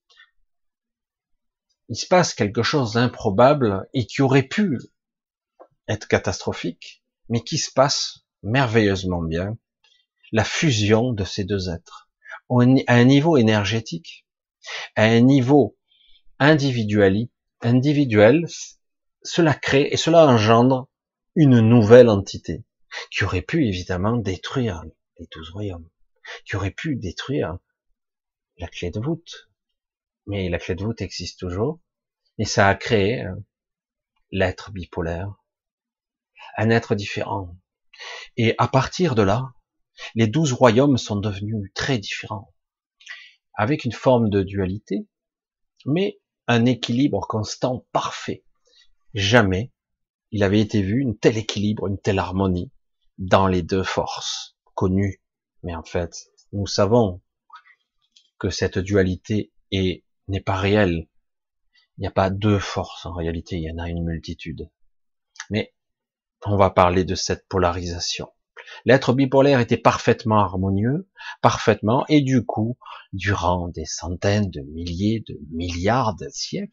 il se passe quelque chose d'improbable et qui aurait pu être catastrophique, mais qui se passe merveilleusement bien, la fusion de ces deux êtres, à un niveau énergétique, à un niveau individuel, individuel, cela crée et cela engendre une nouvelle entité, qui aurait pu évidemment détruire les douze royaumes, qui aurait pu détruire la clé de voûte, mais la clé de voûte existe toujours, et ça a créé l'être bipolaire, un être différent. Et à partir de là, les douze royaumes sont devenus très différents, avec une forme de dualité, mais un équilibre constant parfait. Jamais il avait été vu un tel équilibre, une telle harmonie dans les deux forces connues. Mais en fait, nous savons que cette dualité est, n'est pas réelle. Il n'y a pas deux forces en réalité, il y en a une multitude. Mais on va parler de cette polarisation. L'être bipolaire était parfaitement harmonieux, parfaitement, et du coup, durant des centaines de milliers de milliards de siècles,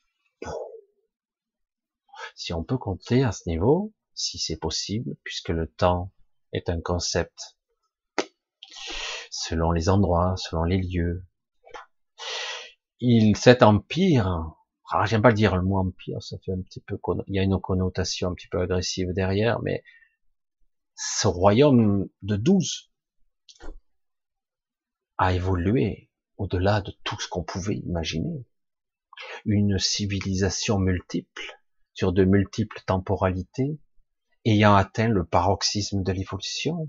si on peut compter à ce niveau, si c'est possible, puisque le temps est un concept selon les endroits, selon les lieux, il, cet empire, alors j'aime pas dire le mot empire, ça fait un petit peu, il y a une connotation un petit peu agressive derrière, mais ce royaume de douze a évolué au-delà de tout ce qu'on pouvait imaginer. Une civilisation multiple, sur de multiples temporalités, ayant atteint le paroxysme de l'évolution.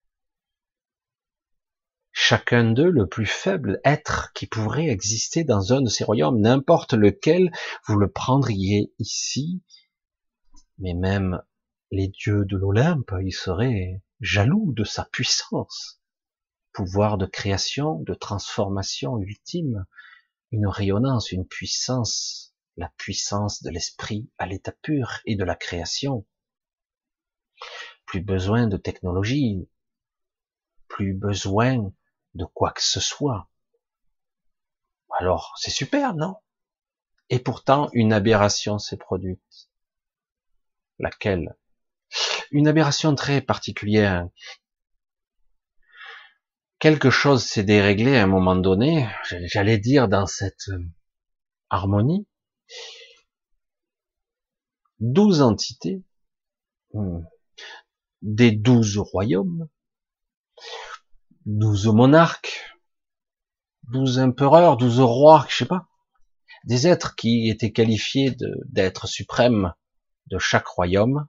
Chacun d'eux, le plus faible être qui pourrait exister dans un de ces royaumes, n'importe lequel, vous le prendriez ici, mais même les dieux de l'Olympe, ils seraient jaloux de sa puissance, pouvoir de création, de transformation ultime, une rayonnance, une puissance, la puissance de l'esprit à l'état pur et de la création. Plus besoin de technologie, plus besoin de quoi que ce soit. Alors, c'est super, non? Et pourtant, une aberration s'est produite. Laquelle? Une aberration très particulière. Quelque chose s'est déréglé à un moment donné, j'allais dire dans cette harmonie. Douze entités, des douze royaumes, douze monarques, douze empereurs, douze rois, je sais pas, des êtres qui étaient qualifiés d'êtres suprêmes de chaque royaume,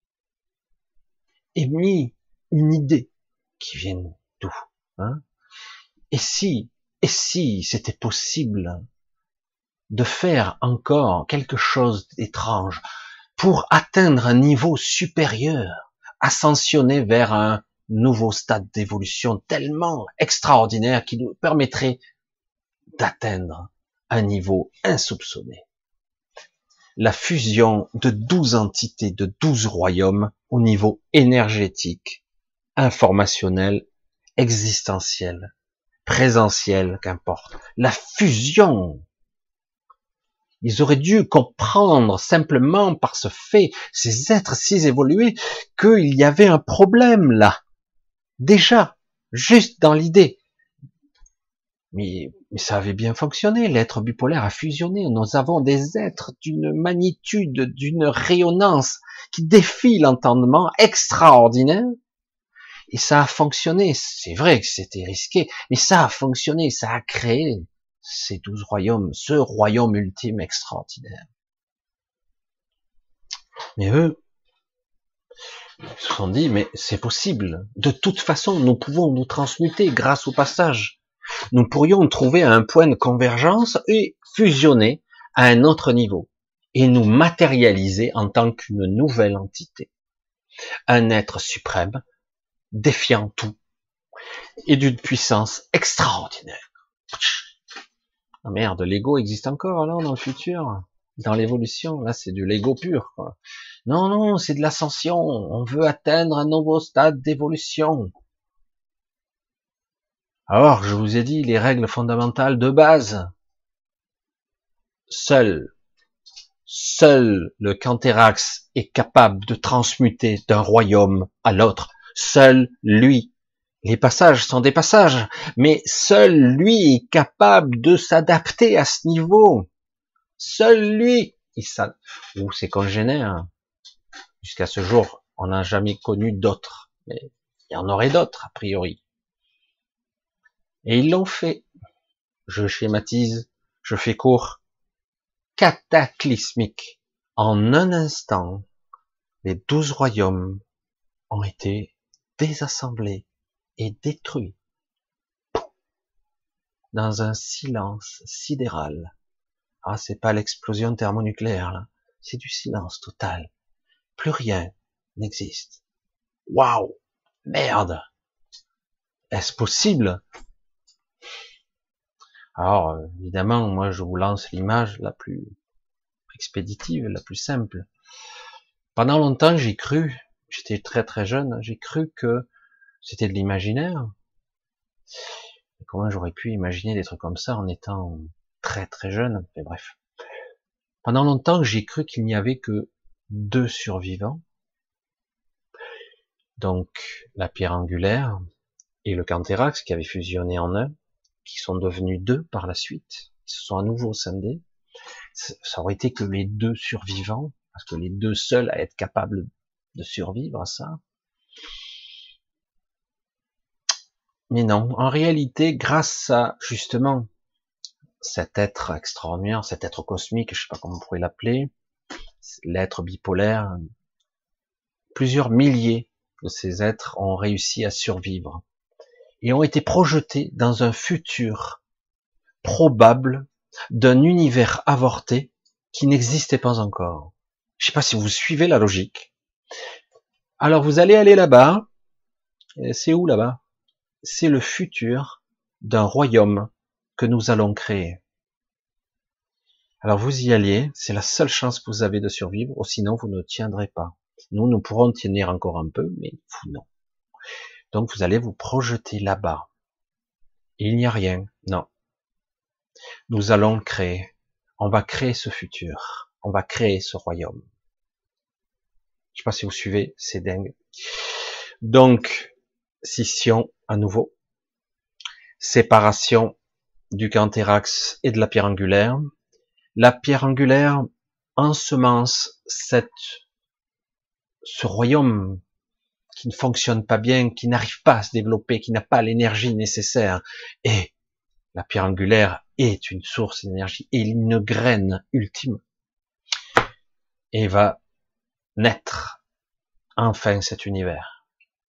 et mis une idée qui vient d'où, hein? Et si, et si c'était possible de faire encore quelque chose d'étrange pour atteindre un niveau supérieur, ascensionner vers un nouveau stade d'évolution tellement extraordinaire qui nous permettrait d'atteindre un niveau insoupçonné. La fusion de douze entités, de douze royaumes au niveau énergétique, informationnel, existentiel, présentiel, qu'importe. La fusion. Ils auraient dû comprendre simplement par ce fait, ces êtres si évolués, qu'il y avait un problème là. Déjà, juste dans l'idée. Mais, mais ça avait bien fonctionné, l'être bipolaire a fusionné, nous avons des êtres d'une magnitude, d'une rayonnance qui défie l'entendement extraordinaire, et ça a fonctionné. C'est vrai que c'était risqué, mais ça a fonctionné, ça a créé ces douze royaumes, ce royaume ultime extraordinaire. Mais eux, ils se sont dit, mais c'est possible, de toute façon, nous pouvons nous transmuter grâce au passage. Nous pourrions trouver un point de convergence et fusionner à un autre niveau et nous matérialiser en tant qu'une nouvelle entité, un être suprême défiant tout et d'une puissance extraordinaire. Ah merde, l'ego existe encore là dans le futur, dans l'évolution, là c'est du Lego pur, quoi. Non, non, c'est de l'ascension, on veut atteindre un nouveau stade d'évolution. Alors, je vous ai dit les règles fondamentales de base. Seul, seul le Canthérax est capable de transmuter d'un royaume à l'autre. Seul lui. Les passages sont des passages, mais seul lui est capable de s'adapter à ce niveau. Seul lui, il s'ad... ou ses congénères. Jusqu'à ce jour, on n'a jamais connu d'autres, mais il y en aurait d'autres a priori. Et ils l'ont fait. Je schématise, je fais court. Cataclysmique. En un instant, les douze royaumes ont été désassemblés et détruits dans un silence sidéral. Ah, c'est pas l'explosion thermonucléaire, là. C'est du silence total. Plus rien n'existe. Waouh! Merde! Est-ce possible? Alors, euh, évidemment, moi, je vous lance l'image la plus expéditive, la plus simple. Pendant longtemps, j'ai cru, j'étais très très jeune, j'ai cru que c'était de l'imaginaire. Comment j'aurais pu imaginer des trucs comme ça en étant très très jeune? Mais bref. Pendant longtemps, j'ai cru qu'il n'y avait que deux survivants. Donc, la pierre angulaire et le Canthérax qui avaient fusionné en un, qui sont devenus deux par la suite. Ils se sont à nouveau scindés. Ça aurait été que les deux survivants, parce que les deux seuls à être capables de survivre à ça. Mais non, en réalité, grâce à justement cet être extraordinaire, cet être cosmique, je sais pas comment on pourrait l'appeler, l'être bipolaire, plusieurs milliers de ces êtres ont réussi à survivre et ont été projetés dans un futur probable d'un univers avorté qui n'existait pas encore. Je sais pas si vous suivez la logique. Alors vous allez aller là-bas. C'est où là-bas? C'est le futur d'un royaume que nous allons créer. Alors vous y allez, c'est la seule chance que vous avez de survivre, ou sinon vous ne tiendrez pas. Nous, nous pourrons tenir encore un peu, mais vous non. Donc vous allez vous projeter là-bas. Il n'y a rien, non. Nous allons créer, on va créer ce futur, on va créer ce royaume. Je sais pas si vous suivez, c'est dingue. Donc, scission à nouveau, séparation du Canthérax et de la pierre angulaire. La pierre angulaire ensemence cette, ce royaume qui ne fonctionne pas bien, qui n'arrive pas à se développer, qui n'a pas l'énergie nécessaire. Et la pierre angulaire est une source d'énergie et une graine ultime. Et va naître enfin cet univers.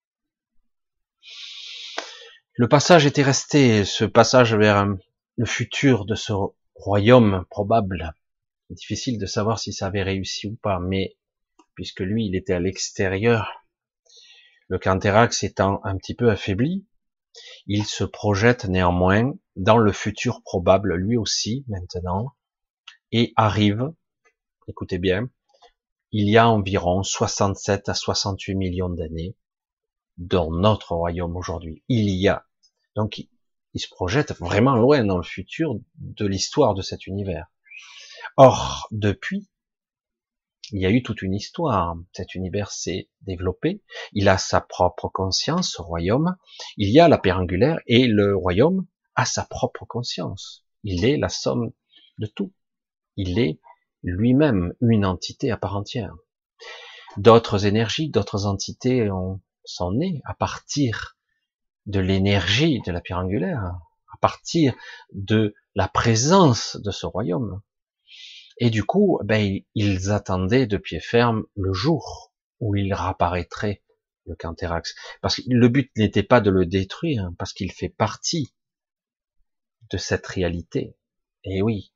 Le passage était resté, ce passage vers le futur de ce royaume probable. Difficile de savoir si ça avait réussi ou pas, mais puisque lui, il était à l'extérieur, le Canthérax étant un petit peu affaibli, il se projette néanmoins dans le futur probable, lui aussi, maintenant, et arrive, écoutez bien, il y a environ soixante-sept à soixante-huit millions d'années dans notre royaume aujourd'hui. Il y a. Donc, il, il se projette vraiment loin dans le futur de l'histoire de cet univers. Or, depuis, il y a eu toute une histoire. Cet univers s'est développé. Il a sa propre conscience, ce royaume. Il y a la pierre angulaire et le royaume a sa propre conscience. Il est la somme de tout. Il est lui-même une entité à part entière. D'autres énergies, d'autres entités ont, sont nées à partir de l'énergie de la pierre angulaire, à partir de la présence de ce royaume. Et du coup, ben, ils attendaient de pied ferme le jour où il réapparaîtrait, le Canthérax. Parce que le but n'était pas de le détruire, parce qu'il fait partie de cette réalité. Et oui,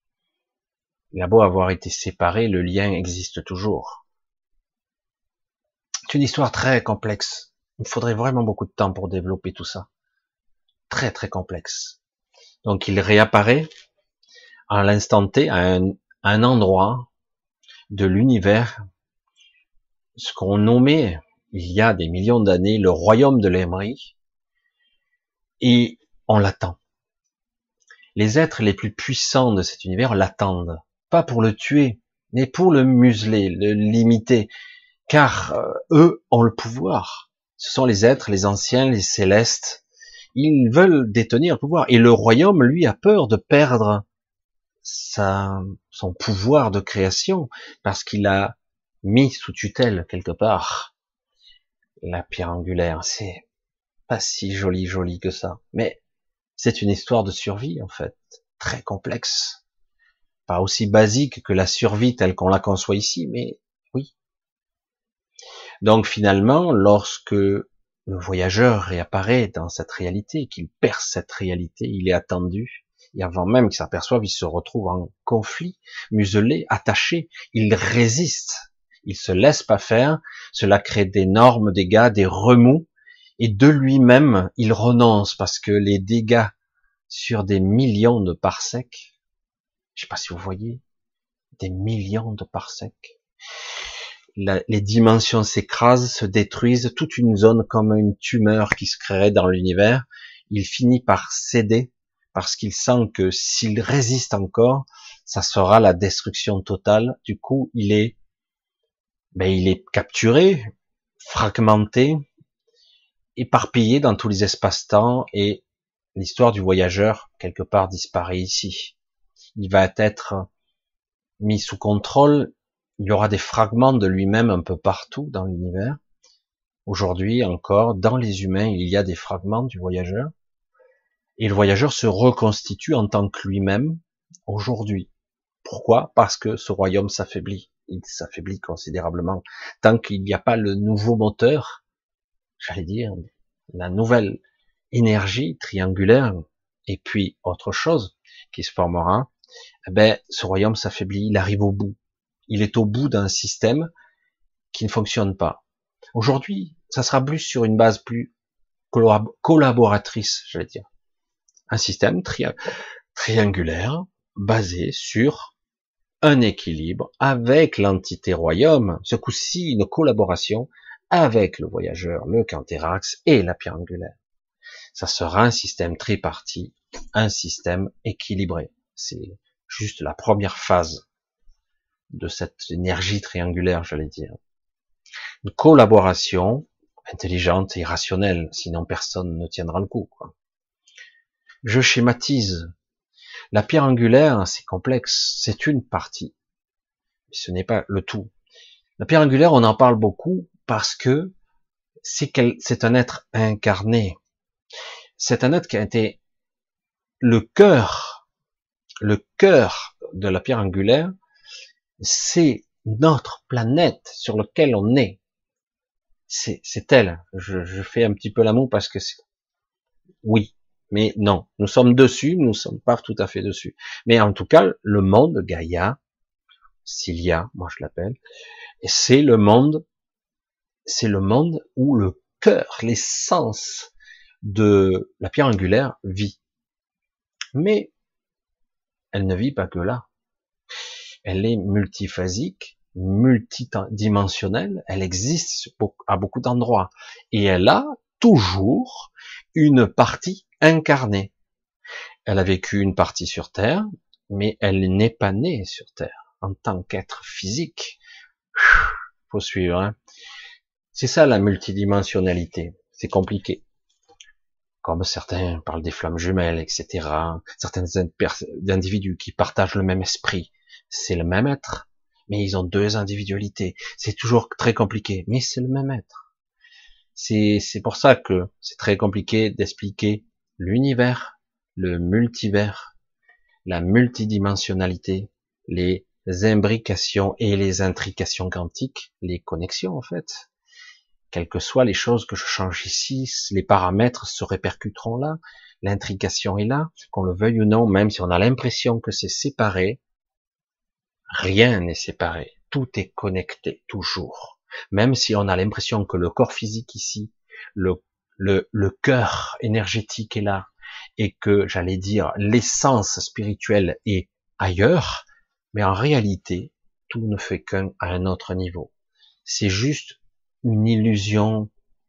il a beau avoir été séparé, le lien existe toujours. C'est une histoire très complexe. Il faudrait vraiment beaucoup de temps pour développer tout ça. Très très complexe. Donc il réapparaît à l'instant T, à un, à un endroit de l'univers, ce qu'on nommait il y a des millions d'années le royaume de l'Emery, et on l'attend. Les êtres les plus puissants de cet univers l'attendent, pas pour le tuer, mais pour le museler, le limiter, car euh, eux ont le pouvoir. Ce sont les êtres, les anciens, les célestes. Ils veulent détenir le pouvoir. Et le royaume, lui, a peur de perdre sa, son pouvoir de création, parce qu'il a mis sous tutelle, quelque part, la pierre angulaire. C'est pas si joli, joli que ça. Mais c'est une histoire de survie, en fait. Très complexe. Pas aussi basique que la survie telle qu'on la conçoit ici, mais oui. Donc finalement, lorsque le voyageur réapparaît dans cette réalité, qu'il perce cette réalité, il est attendu, Et avant même qu'ils s'aperçoivent, ils se retrouvent en conflit, muselés, attachés. Ils résistent. Ils se laissent pas faire. Cela crée d'énormes dégâts, des remous. Et de lui-même, il renonce parce que les dégâts sur des millions de parsecs, je sais pas si vous voyez, des millions de parsecs, La, les dimensions s'écrasent, se détruisent, toute une zone comme une tumeur qui se créerait dans l'univers. Il finit par céder parce qu'il sent que s'il résiste encore, ça sera la destruction totale. Du coup, il est, ben, il est capturé, fragmenté, éparpillé dans tous les espaces-temps, et l'histoire du voyageur quelque part disparaît ici. Il va être mis sous contrôle. Il y aura des fragments de lui-même un peu partout dans l'univers. Aujourd'hui encore, dans les humains, il y a des fragments du voyageur. Et le voyageur se reconstitue en tant que lui-même aujourd'hui. Pourquoi? Parce que ce royaume s'affaiblit. Il s'affaiblit considérablement. Tant qu'il n'y a pas le nouveau moteur, j'allais dire, la nouvelle énergie triangulaire, et puis autre chose qui se formera, eh ben, ce royaume s'affaiblit, il arrive au bout. Il est au bout d'un système qui ne fonctionne pas. Aujourd'hui, ça sera plus sur une base plus collaboratrice, j'allais dire. Un système tri triangulaire basé sur un équilibre avec l'entité royaume, ce coup-ci une collaboration avec le voyageur, le quantérax et la pierre angulaire. Ça sera un système tripartite, un système équilibré. C'est juste la première phase de cette énergie triangulaire, j'allais dire. Une collaboration intelligente et rationnelle, sinon personne ne tiendra le coup, quoi. Je schématise. La pierre angulaire, c'est complexe, c'est une partie, mais ce n'est pas le tout. La pierre angulaire, on en parle beaucoup parce que c'est qu'elle, c'est un être incarné. C'est un être qui a été le cœur, le cœur de la pierre angulaire, c'est notre planète sur laquelle on est. C'est, c'est elle. Je, je fais un petit peu l'amour parce que c'est, oui, mais non. Nous sommes dessus, nous ne sommes pas tout à fait dessus. Mais en tout cas, le monde, Gaïa, Cilia, moi je l'appelle, et c'est le monde, c'est le monde où le cœur, l'essence de la pierre angulaire vit. Mais elle ne vit pas que là. Elle est multiphasique, multidimensionnelle, elle existe à beaucoup d'endroits. Et elle a toujours une partie incarnée. Elle a vécu une partie sur Terre, mais elle n'est pas née sur Terre en tant qu'être physique. Faut suivre, hein. C'est ça la multidimensionnalité. C'est compliqué. Comme certains parlent des flammes jumelles, et cetera. Certains individus qui partagent le même esprit. C'est le même être, mais ils ont deux individualités. C'est toujours très compliqué, mais c'est le même être. C'est, c'est pour ça que c'est très compliqué d'expliquer l'univers, le multivers, la multidimensionnalité, les imbrications et les intrications quantiques, les connexions en fait. Quelles que soient les choses que je change ici, les paramètres se répercuteront là, l'intrication est là, qu'on le veuille ou non, même si on a l'impression que c'est séparé, rien n'est séparé, tout est connecté, toujours. Même si on a l'impression que le corps physique ici, le, le, le cœur énergétique est là, et que, j'allais dire, l'essence spirituelle est ailleurs, mais en réalité, tout ne fait qu'un à un autre niveau. C'est juste une illusion,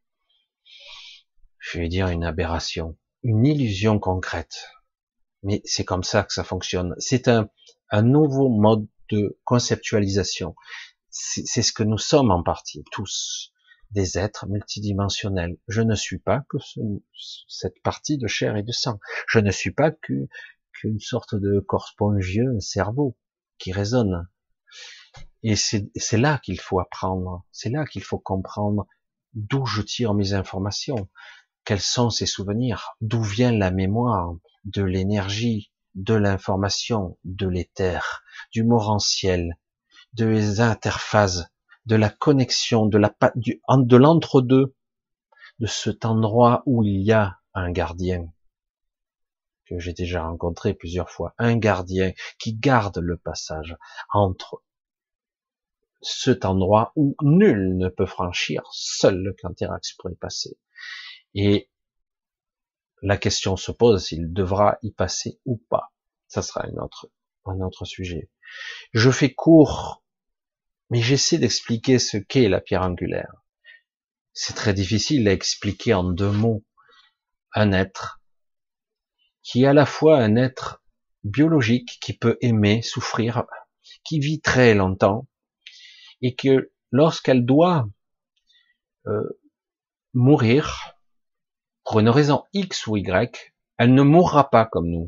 je vais dire une aberration, une illusion concrète. Mais c'est comme ça que ça fonctionne. C'est un, un nouveau mode de conceptualisation. C'est ce que nous sommes en partie, tous, des êtres multidimensionnels. Je ne suis pas que ce, cette partie de chair et de sang. Je ne suis pas qu'une qu'une sorte de corps spongieux, un cerveau qui résonne. Et c'est là qu'il faut apprendre, c'est là qu'il faut comprendre d'où je tire mes informations, quels sont ces souvenirs, d'où vient la mémoire, de l'énergie, de l'information, de l'éther, du morantiel, des interphases, de la connexion, de la du, de l'entre-deux, de cet endroit où il y a un gardien. que j'ai déjà rencontré plusieurs fois, un gardien qui garde le passage entre cet endroit où nul ne peut franchir, seul le Canthérax pourrait y passer. Et la question se pose s'il devra y passer ou pas. Ça sera un autre, un autre sujet. Je fais court, mais j'essaie d'expliquer ce qu'est la pierre angulaire. C'est très difficile à expliquer en deux mots. Un être qui est à la fois un être biologique, qui peut aimer, souffrir, qui vit très longtemps, et que lorsqu'elle doit euh, mourir, pour une raison X ou Y, elle ne mourra pas comme nous.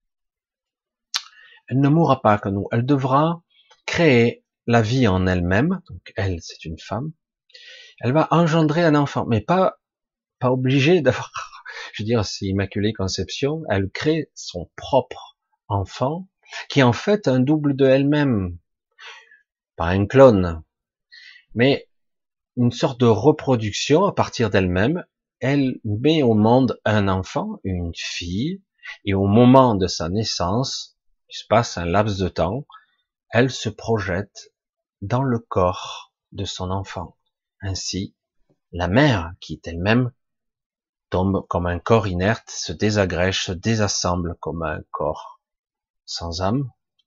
Elle ne mourra pas comme nous. Elle devra créer la vie en elle-même. Donc elle, c'est une femme. Elle va engendrer un enfant, mais pas pas obligée d'avoir. Je veux dire, c'est Immaculée Conception. Elle crée son propre enfant, qui est en fait un double de elle-même, pas un clone, mais une sorte de reproduction à partir d'elle-même. Elle met au monde un enfant, une fille, et au moment de sa naissance, il se passe un laps de temps, elle se projette dans le corps de son enfant. Ainsi, la mère, qui est elle-même, tombe comme un corps inerte, se désagrège, se désassemble comme un corps sans âme,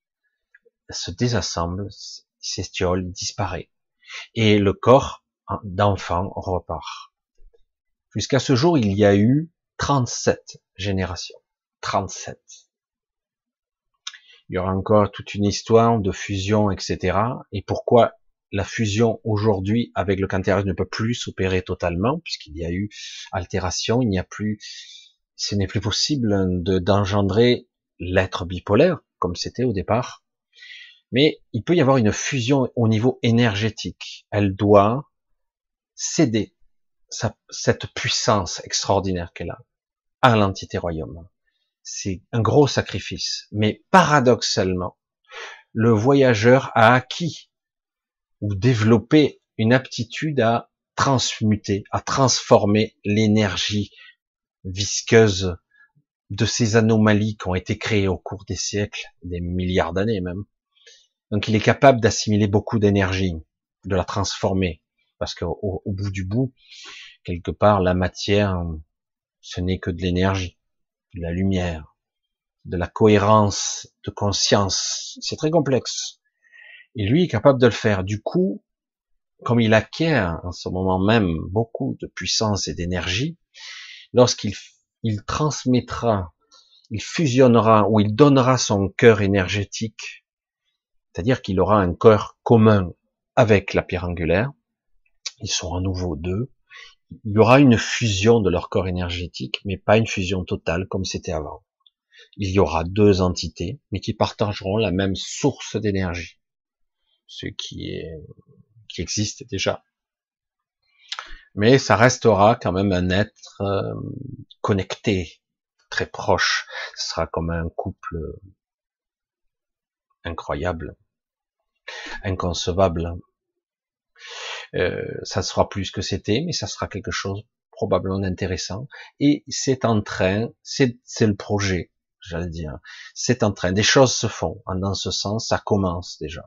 se désassemble, s'estiole, disparaît. Et le corps d'enfant repart. Jusqu'à ce jour, il y a eu trente-sept générations. trente-sept. Il y aura encore toute une histoire de fusion, et cetera. Et pourquoi la fusion aujourd'hui avec le Canthérax ne peut plus s'opérer totalement, puisqu'il y a eu altération, il n'y a plus, ce n'est plus possible de, d'engendrer l'être bipolaire, comme c'était au départ. Mais il peut y avoir une fusion au niveau énergétique. Elle doit céder sa, cette puissance extraordinaire qu'elle a à l'antithéroïum. C'est un gros sacrifice. Mais paradoxalement, le voyageur a acquis ou développé une aptitude à transmuter, à transformer l'énergie visqueuse de ces anomalies qui ont été créées au cours des siècles, des milliards d'années même. Donc il est capable d'assimiler beaucoup d'énergie, de la transformer, parce qu'au au bout du bout, quelque part, la matière, ce n'est que de l'énergie, de la lumière, de la cohérence de conscience. C'est très complexe. Et lui est capable de le faire. Du coup, comme il acquiert en ce moment même beaucoup de puissance et d'énergie, lorsqu'il il transmettra, il fusionnera ou il donnera son cœur énergétique, c'est-à-dire qu'il aura un cœur commun avec la pierre angulaire, ils seront à nouveau deux, il y aura une fusion de leur corps énergétique, mais pas une fusion totale comme c'était avant. Il y aura deux entités, mais qui partageront la même source d'énergie, ce qui est, qui existe déjà. Mais ça restera quand même un être euh, connecté, très proche. Ce sera comme un couple incroyable, inconcevable. Euh, ça sera plus que c'était, mais ça sera quelque chose probablement d'intéressant. Et c'est en train, c'est le projet, j'allais dire. C'est en train, des choses se font. Dans ce sens, ça commence déjà.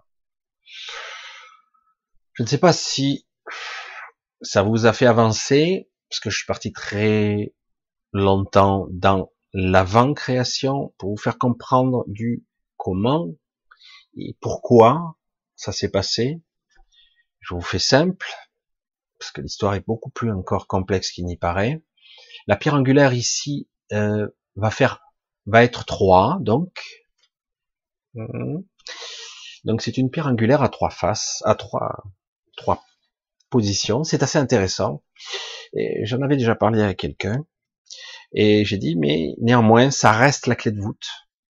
Je ne sais pas si ça vous a fait avancer, parce que je suis parti très longtemps dans l'avant-création pour vous faire comprendre du comment et pourquoi ça s'est passé. Je vous fais simple, parce que l'histoire est beaucoup plus encore complexe qu'il n'y paraît. La pierre angulaire ici euh, va faire, va être trois, donc. Donc c'est une pierre angulaire à trois faces, à trois, trois positions. C'est assez intéressant. Et j'en avais déjà parlé à quelqu'un. Et j'ai dit, mais néanmoins, ça reste la clé de voûte.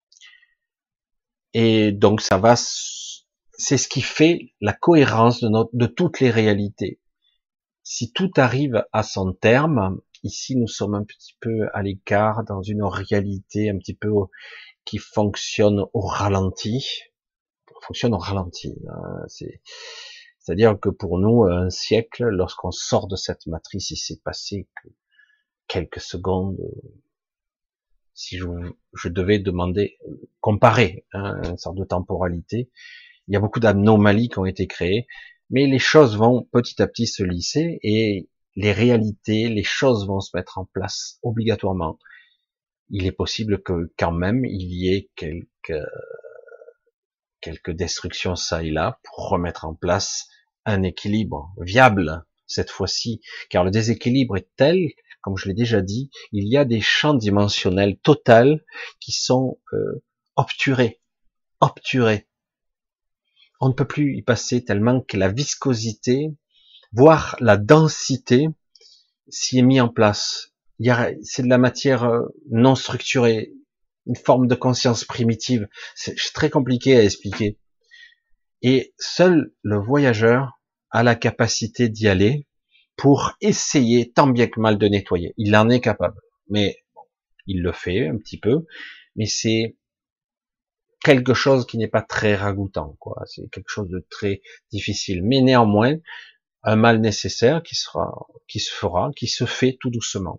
Et donc ça va, c'est ce qui fait la cohérence de, notre, de toutes les réalités. Si tout arrive à son terme, ici nous sommes un petit peu à l'écart, dans une réalité un petit peu qui fonctionne au ralenti. Fonctionne au ralenti. Hein. C'est, c'est-à-dire que pour nous, un siècle, lorsqu'on sort de cette matrice, il s'est passé que quelques secondes, Si je, je devais demander, comparer, hein, une sorte de temporalité, il y a beaucoup d'anomalies qui ont été créées, mais les choses vont petit à petit se lisser et les réalités, les choses vont se mettre en place obligatoirement. Il est possible que quand même il y ait quelques quelques destructions ça et là pour remettre en place un équilibre viable cette fois-ci, car le déséquilibre est tel, comme je l'ai déjà dit, il y a des champs dimensionnels totaux qui sont euh, obturés, obturés. On ne peut plus y passer tellement que la viscosité, voire la densité, s'y est mis en place. Il y a, c'est de la matière non structurée, une forme de conscience primitive. C'est très compliqué à expliquer. Et seul le voyageur a la capacité d'y aller pour essayer tant bien que mal de nettoyer. Il en est capable, mais bon, il le fait un petit peu, mais c'est quelque chose qui n'est pas très ragoûtant, quoi. C'est quelque chose de très difficile, mais néanmoins un mal nécessaire qui sera, qui se fera, qui se fait tout doucement.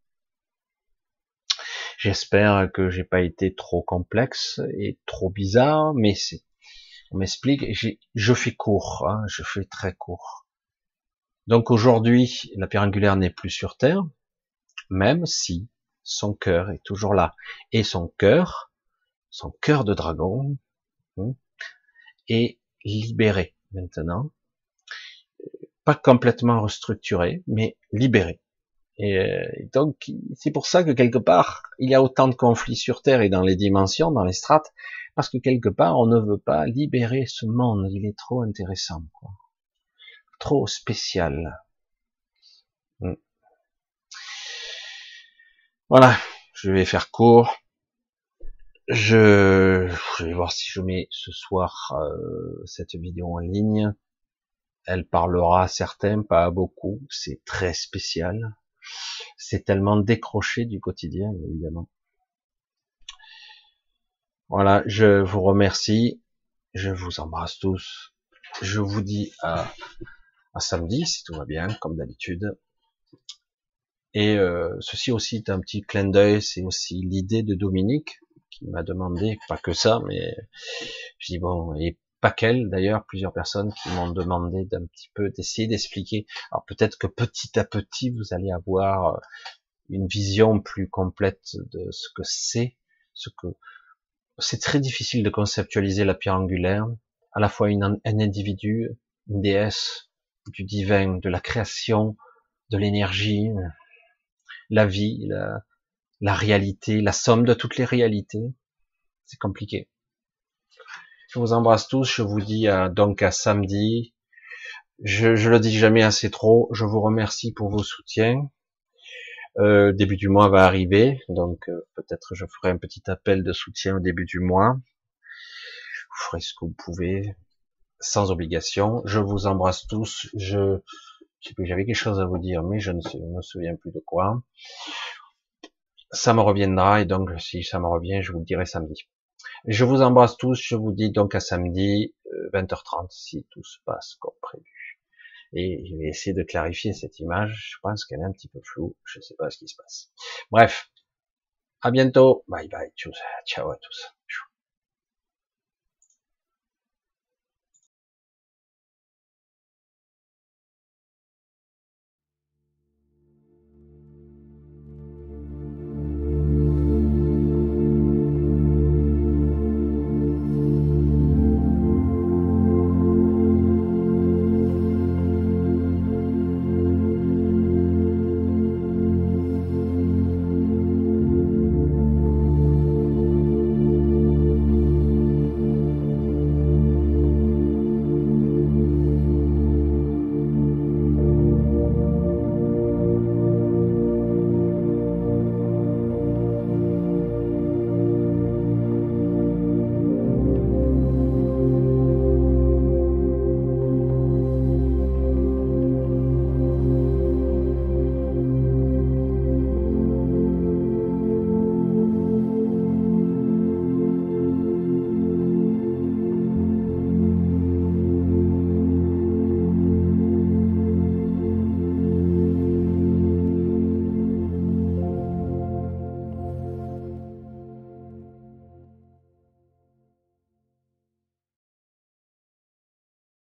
J'espère que j'ai pas été trop complexe et trop bizarre, mais c'est, on m'explique, je fais court, hein, je fais très court. Donc aujourd'hui, la pierre angulaire n'est plus sur Terre, même si son cœur est toujours là. Et son cœur, son cœur de dragon, hein, est libéré maintenant. Pas complètement restructuré, mais libéré. Et, et donc, c'est pour ça que quelque part, il y a autant de conflits sur Terre et dans les dimensions, dans les strates, parce que quelque part, on ne veut pas libérer ce monde. Il est trop intéressant, quoi. Trop spécial. Voilà, je vais faire court. Je, je vais voir si je mets ce soir euh, cette vidéo en ligne. Elle parlera à certains, pas à beaucoup. C'est très spécial. C'est tellement décroché du quotidien, évidemment. Voilà, je vous remercie. Je vous embrasse tous. Je vous dis à, à samedi, si tout va bien, comme d'habitude. Et euh, ceci aussi est un petit clin d'œil, c'est aussi l'idée de Dominique, qui m'a demandé, pas que ça, mais je dis bon, et pas qu'elle d'ailleurs, plusieurs personnes qui m'ont demandé d'un petit peu d'essayer d'expliquer. Alors peut-être que petit à petit, vous allez avoir une vision plus complète de ce que c'est, ce que c'est très difficile de conceptualiser la pierre angulaire, à la fois une, un individu, une déesse, du divin, de la création, de l'énergie, la vie, la, la réalité, la somme de toutes les réalités. C'est compliqué. Je vous embrasse tous, je vous dis à, donc à samedi. Je, je le dis jamais assez trop, je vous remercie pour vos soutiens. Euh, début du mois va arriver, donc euh, peut-être je ferai un petit appel de soutien au début du mois. Vous ferez ce que vous pouvez, sans obligation. Je vous embrasse tous. Je, je sais plus, j'avais quelque chose à vous dire, mais je ne me souviens plus de quoi. Ça me reviendra, et donc si ça me revient, je vous le dirai samedi. Je vous embrasse tous, je vous dis donc à samedi, vingt heures trente, si tout se passe comme prévu. Et je vais essayer de clarifier cette image, je pense qu'elle est un petit peu floue, je ne sais pas ce qui se passe. Bref, à bientôt, bye bye, ciao à tous.